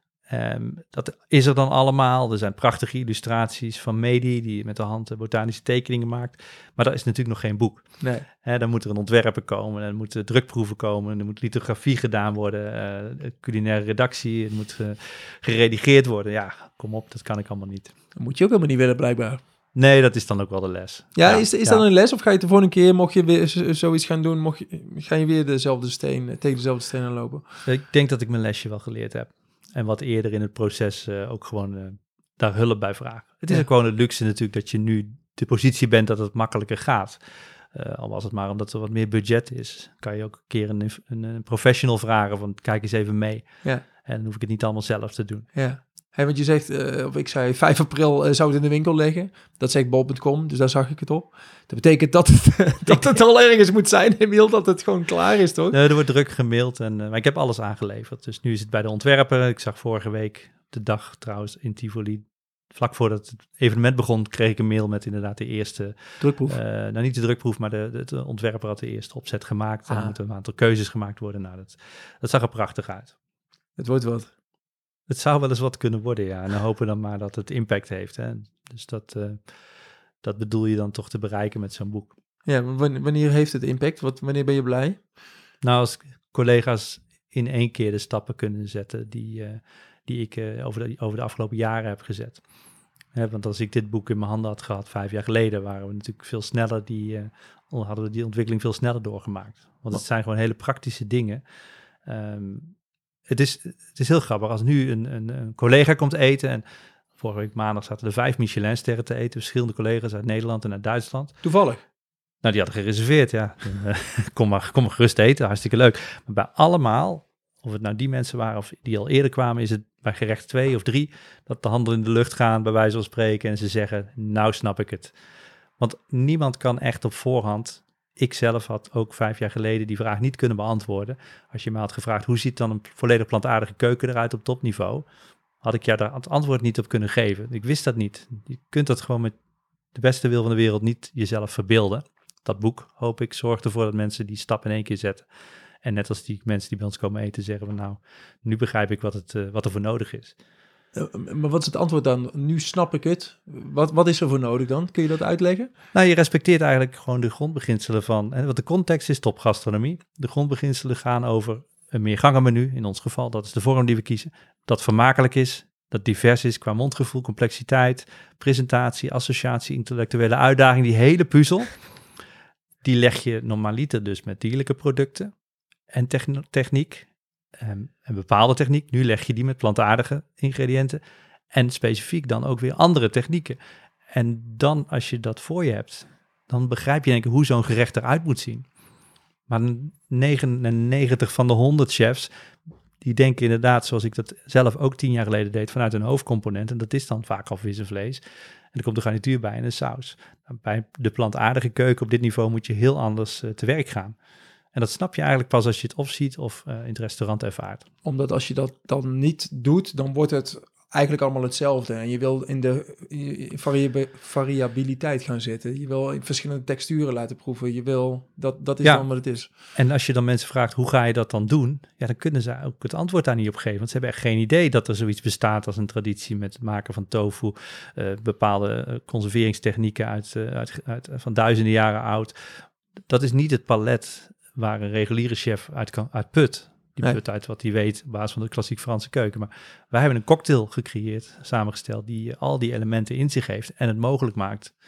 Um, dat is er dan allemaal. Er zijn prachtige illustraties van Medi, die met de hand botanische tekeningen maakt. Maar dat is natuurlijk nog geen boek. Nee. He, dan moet er een ontwerper komen, er moeten drukproeven komen, er moet lithografie gedaan worden, uh, culinaire redactie, het moet uh, geredigeerd worden. Ja, kom op, dat kan ik allemaal niet. Dat moet je ook helemaal niet willen, blijkbaar. Nee, dat is dan ook wel de les. Ja, ja is, is ja. dat een les? Of ga je de volgende keer, mocht je weer z- zoiets gaan doen, mocht je, ga je weer dezelfde steen, tegen dezelfde steen aanlopen? Ik denk dat ik mijn lesje wel geleerd heb. En wat eerder in het proces uh, ook gewoon uh, daar hulp bij vragen. Het is Ja. ook gewoon het luxe natuurlijk dat je nu de positie bent dat het makkelijker gaat. Uh, al was het maar omdat er wat meer budget is. Kan je ook een keer een, een, een professional vragen van kijk eens even mee. Ja. En dan hoef ik het niet allemaal zelf te doen. Ja. Hey, want je zegt, uh, of ik zei vijf april uh, zou het in de winkel liggen. Dat zegt bol punt com, dus daar zag ik het op. Dat betekent dat het, dat het al ergens moet zijn, Emiel, dat het gewoon klaar is, toch? Nee, er wordt druk gemaild, en, uh, maar ik heb alles aangeleverd. Dus nu is het bij de ontwerper. Ik zag vorige week, de dag trouwens, in Tivoli, vlak voordat het evenement begon, kreeg ik een mail met inderdaad de eerste... Drukproef? Uh, nou, niet de drukproef, maar de, de, de ontwerper had de eerste opzet gemaakt. Ah. Er moeten een aantal keuzes gemaakt worden. Nou, dat, dat zag er prachtig uit. Het wordt wat. Het zou wel eens wat kunnen worden, ja. En dan hopen we dan maar dat het impact heeft. Hè. Dus dat, uh, dat bedoel je dan toch te bereiken met zo'n boek. Ja, wanneer heeft het impact? Wat, wanneer ben je blij? Nou, als collega's in één keer de stappen kunnen zetten die, uh, die ik uh, over, de, over de afgelopen jaren heb gezet. Hè, want als ik dit boek in mijn handen had gehad vijf jaar geleden, waren we natuurlijk veel sneller die, uh, hadden we die ontwikkeling veel sneller doorgemaakt. Want het zijn gewoon hele praktische dingen. Um, Het is, het is heel grappig, als nu een, een, een collega komt eten, en vorige week maandag zaten er vijf Michelinsterren te eten, verschillende collega's uit Nederland en uit Duitsland. Toevallig? Nou, die hadden gereserveerd, ja. Dan, uh, kom, maar, kom maar gerust eten, hartstikke leuk. Maar bij allemaal, of het nou die mensen waren of die al eerder kwamen, is het bij gerecht twee of drie, dat de handen in de lucht gaan, bij wijze van spreken, en ze zeggen, nou snap ik het. Want niemand kan echt op voorhand... Ik zelf had ook vijf jaar geleden die vraag niet kunnen beantwoorden. Als je me had gevraagd, hoe ziet dan een volledig plantaardige keuken eruit op topniveau? Had ik jou daar het antwoord niet op kunnen geven. Ik wist dat niet. Je kunt dat gewoon met de beste wil van de wereld niet jezelf verbeelden. Dat boek, hoop ik, zorgt ervoor dat mensen die stap in één keer zetten. En net als die mensen die bij ons komen eten zeggen van nou, nu begrijp ik wat, het, uh, wat er voor nodig is. Uh, maar wat is het antwoord dan? Nu snap ik het. Wat, wat is er voor nodig dan? Kun je dat uitleggen? Nou, je respecteert eigenlijk gewoon de grondbeginselen van... Hè, want de context is topgastronomie. De grondbeginselen gaan over een meergangenmenu, in ons geval. Dat is de vorm die we kiezen. Dat vermakelijk is, dat divers is qua mondgevoel, complexiteit, presentatie, associatie, intellectuele uitdaging. Die hele puzzel, die leg je normaliter dus met dierlijke producten en techn- techniek... Um, een bepaalde techniek. Nu leg je die met plantaardige ingrediënten en specifiek dan ook weer andere technieken. En dan als je dat voor je hebt, dan begrijp je denk ik hoe zo'n gerecht eruit moet zien. Maar negenennegentig van de honderd chefs, die denken inderdaad, zoals ik dat zelf ook tien jaar geleden deed, vanuit een hoofdcomponent. En dat is dan vaak al vis en vlees. En er komt de garnituur bij en een saus. Bij de plantaardige keuken op dit niveau moet je heel anders uh, te werk gaan. En dat snap je eigenlijk pas als je het of ziet of uh, in het restaurant ervaart. Omdat als je dat dan niet doet, dan wordt het eigenlijk allemaal hetzelfde. En je wil in de varia- variabiliteit gaan zitten. Je wil in verschillende texturen laten proeven. Je wil, dat, dat is ja. dan wat het is. En als je dan mensen vraagt, hoe ga je dat dan doen? Ja, dan kunnen ze ook het antwoord daar niet op geven. Want ze hebben echt geen idee dat er zoiets bestaat als een traditie met het maken van tofu. Uh, bepaalde uh, conserveringstechnieken uit, uh, uit, uit, uh, van duizenden jaren oud. Dat is niet het palet waar een reguliere chef uit, kan, uit put. Die nee. put uit wat hij weet op basis van de klassiek Franse keuken. Maar wij hebben een cocktail gecreëerd, samengesteld, die uh, al die elementen in zich heeft en het mogelijk maakt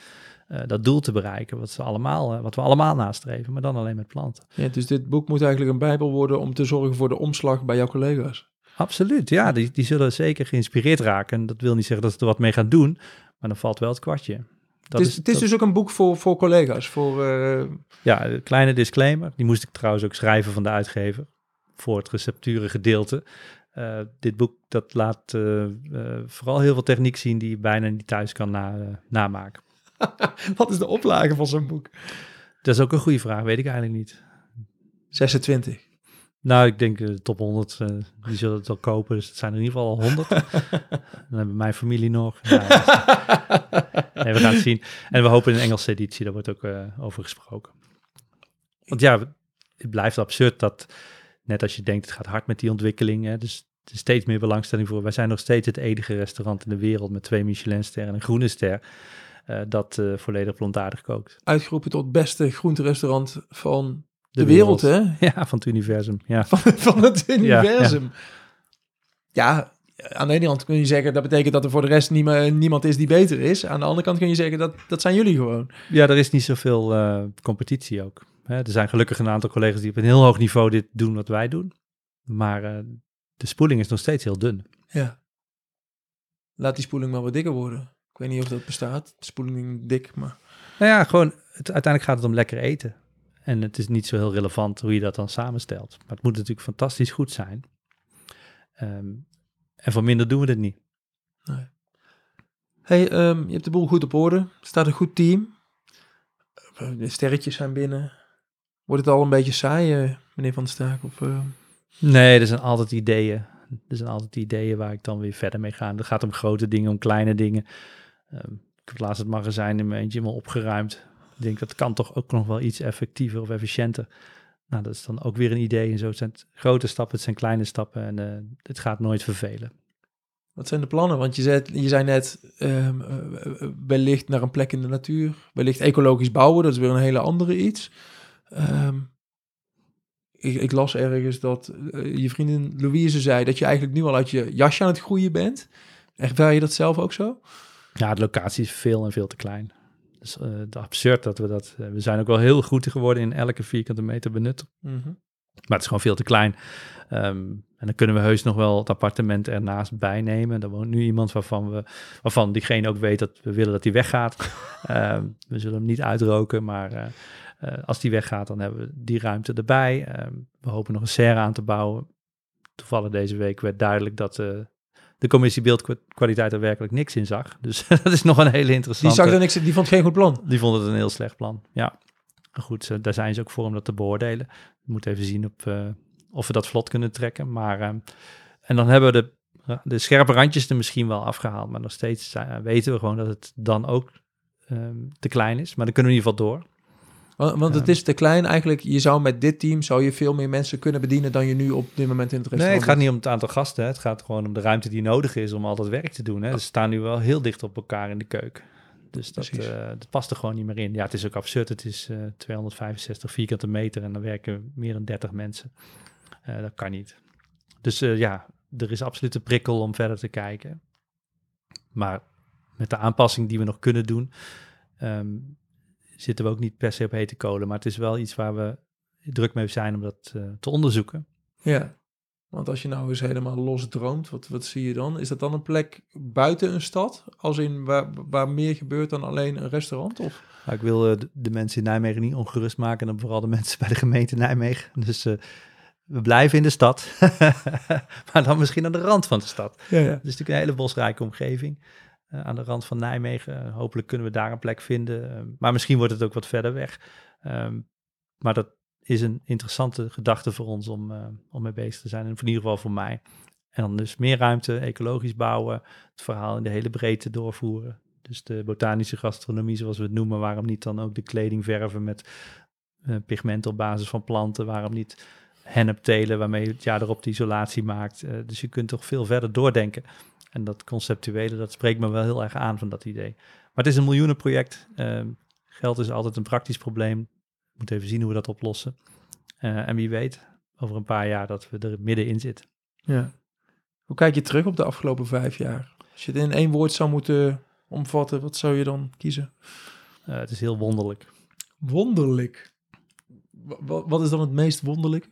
uh, dat doel te bereiken, wat, ze allemaal, uh, wat we allemaal nastreven, maar dan alleen met planten. Ja, dus dit boek moet eigenlijk een bijbel worden om te zorgen voor de omslag bij jouw collega's. Absoluut, ja, die, die zullen zeker geïnspireerd raken. En dat wil niet zeggen dat ze er wat mee gaan doen, maar dan valt wel het kwartje. Dat het is, is, het is dat... dus ook een boek voor, voor collega's. Voor, uh... Ja, een kleine disclaimer. Die moest ik trouwens ook schrijven van de uitgever voor het recepturen gedeelte. Uh, dit boek dat laat uh, uh, vooral heel veel techniek zien die je bijna niet thuis kan na, uh, namaken. Wat is de oplage van zo'n boek? Dat is ook een goede vraag, weet ik eigenlijk niet. zesentwintig. Nou, ik denk de top honderd, uh, die zullen het wel kopen. Dus het zijn er in ieder geval al honderd. Dan hebben mijn familie nog. Ja, dus, nee, we gaan het zien. En we hopen een Engelse editie, daar wordt ook uh, over gesproken. Want ja, het blijft absurd dat, net als je denkt, het gaat hard met die ontwikkeling. Hè, dus er is steeds meer belangstelling voor. Wij zijn nog steeds het enige restaurant in de wereld met twee Michelinsterren en een groene ster. Uh, dat uh, volledig plantaardig kookt. Uitgeroepen tot beste groenterestaurant van de, de wereld, wereld, hè? Ja, van het universum. Ja. Van, van het universum. Ja, ja. ja, aan de ene kant kun je zeggen, dat betekent dat er voor de rest niema, niemand is die beter is. Aan de andere kant kun je zeggen, dat, dat zijn jullie gewoon. Ja, er is niet zoveel uh, competitie ook. Hè, er zijn gelukkig een aantal collega's die op een heel hoog niveau dit doen wat wij doen. Maar uh, de spoeling is nog steeds heel dun. Ja. Laat die spoeling maar wat dikker worden. Ik weet niet of dat bestaat, spoeling dik, maar... Nou ja, gewoon, het, uiteindelijk gaat het om lekker eten. En het is niet zo heel relevant hoe je dat dan samenstelt. Maar het moet natuurlijk fantastisch goed zijn. Um, en voor minder doen we het niet. Nee. Hey, um, je hebt de boel goed op orde. Er staat een goed team. De sterretjes zijn binnen. Wordt het al een beetje saai, uh, meneer Van der Staak? Of, uh... Nee, er zijn altijd ideeën. Er zijn altijd ideeën waar ik dan weer verder mee ga. Het gaat om grote dingen, om kleine dingen. Um, ik heb laatst het magazijn in mijn eentje helemaal opgeruimd. Ik denk, dat kan toch ook nog wel iets effectiever of efficiënter. Nou, dat is dan ook weer een idee. En zo het zijn het grote stappen, het zijn kleine stappen. En uh, het gaat nooit vervelen. Wat zijn de plannen? Want je zei, je zei net, um, uh, wellicht naar een plek in de natuur. Wellicht ecologisch bouwen, dat is weer een hele andere iets. Um, ik, ik las ergens dat uh, je vriendin Louise zei dat je eigenlijk nu al uit je jasje aan het groeien bent. Ervaar je dat zelf ook zo? Ja, de locatie is veel en veel te klein. Dus uh, het is absurd dat we dat... Uh, we zijn ook wel heel goed geworden in elke vierkante meter benutten. Mm-hmm. Maar het is gewoon veel te klein. Um, en dan kunnen we heus nog wel het appartement ernaast bijnemen. Er woont nu iemand waarvan, we, waarvan diegene ook weet dat we willen dat hij weggaat. um, we zullen hem niet uitroken, maar uh, uh, als die weggaat, dan hebben we die ruimte erbij. Um, we hopen nog een serre aan te bouwen. Toevallig deze week werd duidelijk dat... Uh, de commissie beeldkwaliteit er werkelijk niks in zag. Dus dat is nog een hele interessante... Die zag er niks in, die vond geen goed plan. Die vond het een heel slecht plan, ja. Goed, daar zijn ze ook voor om dat te beoordelen. We moeten even zien op, uh, of we dat vlot kunnen trekken. Maar, uh, en dan hebben we de, de scherpe randjes er misschien wel afgehaald. Maar nog steeds uh, weten we gewoon dat het dan ook um, te klein is. Maar dan kunnen we in ieder geval door. Want, want het is te klein eigenlijk. Je zou met dit team zou je veel meer mensen kunnen bedienen dan je nu op dit moment in het restaurant. Nee, het gaat niet om het aantal gasten. Hè. Het gaat gewoon om de ruimte die nodig is om al dat werk te doen. Hè. Oh. Ze staan nu wel heel dicht op elkaar in de keuken. Dus dat, uh, dat past er gewoon niet meer in. Ja, het is ook absurd. Het is uh, tweehonderdvijfenzestig vierkante meter en dan werken meer dan dertig mensen. Uh, dat kan niet. Dus uh, ja, er is absoluut een prikkel om verder te kijken. Maar met de aanpassing die we nog kunnen doen... Um, zitten we ook niet per se op hete kolen. Maar het is wel iets waar we druk mee zijn om dat uh, te onderzoeken. Ja, want als je nou eens helemaal los droomt, wat, wat zie je dan? Is dat dan een plek buiten een stad? Als in waar, waar meer gebeurt dan alleen een restaurant? Of? Nou, ik wil uh, de, de mensen in Nijmegen niet ongerust maken. En dan vooral de mensen bij de gemeente Nijmegen. Dus uh, we blijven in de stad. Maar dan misschien aan de rand van de stad. Ja, ja. Het is natuurlijk een hele bosrijke omgeving. Uh, aan de rand van Nijmegen. Uh, hopelijk kunnen we daar een plek vinden. Uh, maar misschien wordt het ook wat verder weg. Um, maar dat is een interessante gedachte voor ons om, uh, om mee bezig te zijn. En in ieder geval voor mij. En dan dus meer ruimte, ecologisch bouwen. Het verhaal in de hele breedte doorvoeren. Dus de botanische gastronomie, zoals we het noemen. Waarom niet dan ook de kleding verven met uh, pigmenten op basis van planten? Waarom niet henneptelen waarmee je het jaar erop de isolatie maakt? Uh, dus je kunt toch veel verder doordenken. En dat conceptuele, dat spreekt me wel heel erg aan van dat idee. Maar het is een miljoenenproject. Uh, geld is altijd een praktisch probleem. We moeten even zien hoe we dat oplossen. Uh, en wie weet, over een paar jaar dat we er middenin zitten. Ja. Hoe kijk je terug op de afgelopen vijf jaar? Als je het in één woord zou moeten omvatten, wat zou je dan kiezen? Uh, het is heel wonderlijk. Wonderlijk? W- wat is dan het meest wonderlijk?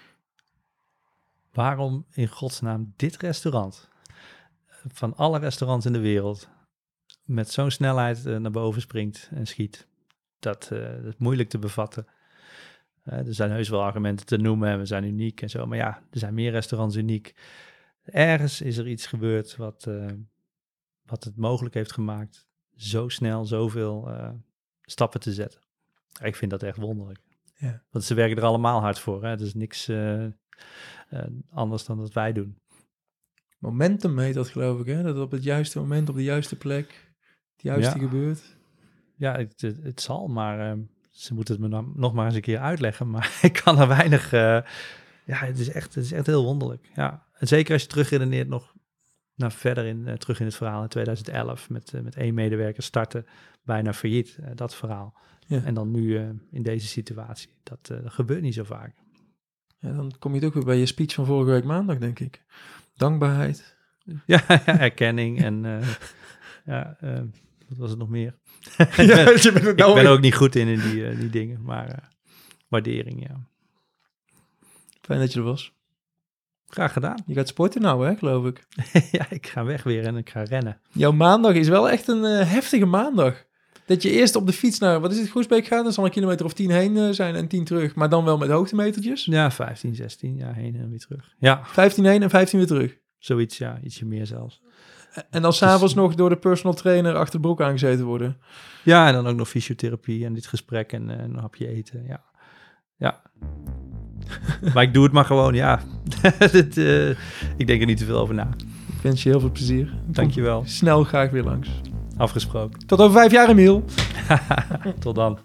Waarom in godsnaam dit restaurant, van alle restaurants in de wereld, met zo'n snelheid uh, naar boven springt en schiet, dat, uh, dat is moeilijk te bevatten. Uh, er zijn heus wel argumenten te noemen en we zijn uniek en zo, maar ja, er zijn meer restaurants uniek. Ergens is er iets gebeurd wat, uh, wat het mogelijk heeft gemaakt zo snel zoveel uh, stappen te zetten. Ik vind dat echt wonderlijk. Ja. Want ze werken er allemaal hard voor. Hè? Het is niks uh, uh, anders dan dat wij doen. Momentum heet dat, geloof ik, hè? Dat op het juiste moment, op de juiste plek, het juiste ja. gebeurt. Ja, het, het, het zal, maar uh, ze moeten het me dan nog maar eens een keer uitleggen. Maar ik kan er weinig... Uh, ja, het is, echt, het is echt heel wonderlijk. Ja. En zeker als je terugredeneert nog naar verder in, uh, terug in het verhaal in tweeduizend elf... met, uh, met één medewerker starten, bijna failliet, uh, dat verhaal. Ja. En dan nu uh, in deze situatie. Dat, uh, dat gebeurt niet zo vaak. Ja, dan kom je toch weer bij je speech van vorige week maandag, denk ik. Dankbaarheid. Ja, ja erkenning en uh, ja, uh, wat was het nog meer? ja, je bent ik nou ben er ook niet goed in, in die, uh, die dingen, maar uh, waardering, ja. Fijn dat je er was. Graag gedaan. Je gaat sporten nou, hè, geloof ik. Ja, ik ga weg weer en ik ga rennen. Jouw maandag is wel echt een uh, heftige maandag. Dat je eerst op de fiets naar, wat is het, Groesbeek gaat, dan zal een kilometer of tien heen uh, zijn en tien terug, maar dan wel met hoogtemetertjes. Ja, vijftien, zestien, ja, heen en weer terug. Ja. vijftien heen en vijftien weer terug. Zoiets, ja, ietsje meer zelfs. En dan s'avonds dus, nog door de personal trainer achter de broek aangezeten worden. Ja, en dan ook nog fysiotherapie en dit gesprek en uh, een hapje eten, ja. Ja. Maar ik doe het maar gewoon, ja. dit, uh, ik denk er niet te veel over na. Ik wens je heel veel plezier. Dank je wel. Snel graag weer langs. Afgesproken. Tot over vijf jaar, Emiel. Tot dan.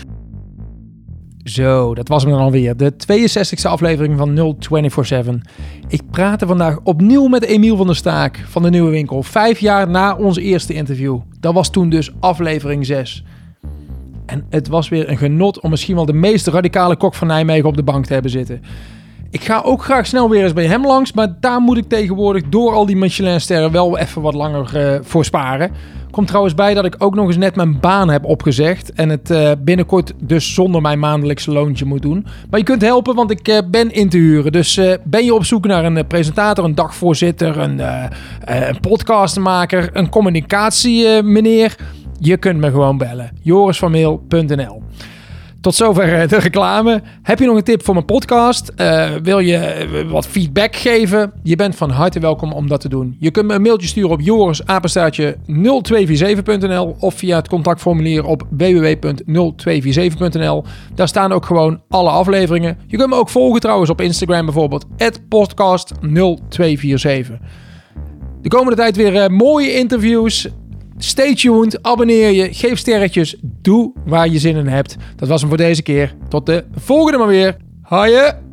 Zo, dat was hem dan alweer. De tweeënzestigste aflevering van nul vierentwintig zeven. Ik praatte vandaag opnieuw met Emiel van der Staak van de Nieuwe Winkel. Vijf jaar na ons eerste interview. Dat was toen dus aflevering zes. En het was weer een genot om misschien wel de meest radicale kok van Nijmegen op de bank te hebben zitten. Ik ga ook graag snel weer eens bij hem langs, maar daar moet ik tegenwoordig door al die Michelinsterren wel even wat langer uh, voor sparen. Komt trouwens bij dat ik ook nog eens net mijn baan heb opgezegd en het uh, binnenkort dus zonder mijn maandelijkse loontje moet doen. Maar je kunt helpen, want ik uh, ben in te huren. Dus uh, ben je op zoek naar een uh, presentator, een dagvoorzitter, een, uh, uh, een podcastmaker, een communicatie uh, meneer? Je kunt me gewoon bellen. joris van meel punt n l. Tot zover de reclame. Heb je nog een tip voor mijn podcast? Uh, wil je uh, wat feedback geven? Je bent van harte welkom om dat te doen. Je kunt me een mailtje sturen op joris apenstaartje nul twee vier zeven punt n l of via het contactformulier op w w w punt nul twee vier zeven punt n l. Daar staan ook gewoon alle afleveringen. Je kunt me ook volgen trouwens op Instagram bijvoorbeeld at podcast nul twee vier zeven. De komende tijd weer uh, mooie interviews. Stay tuned, abonneer je, geef sterretjes, doe waar je zin in hebt. Dat was hem voor deze keer. Tot de volgende maar weer. Haaien!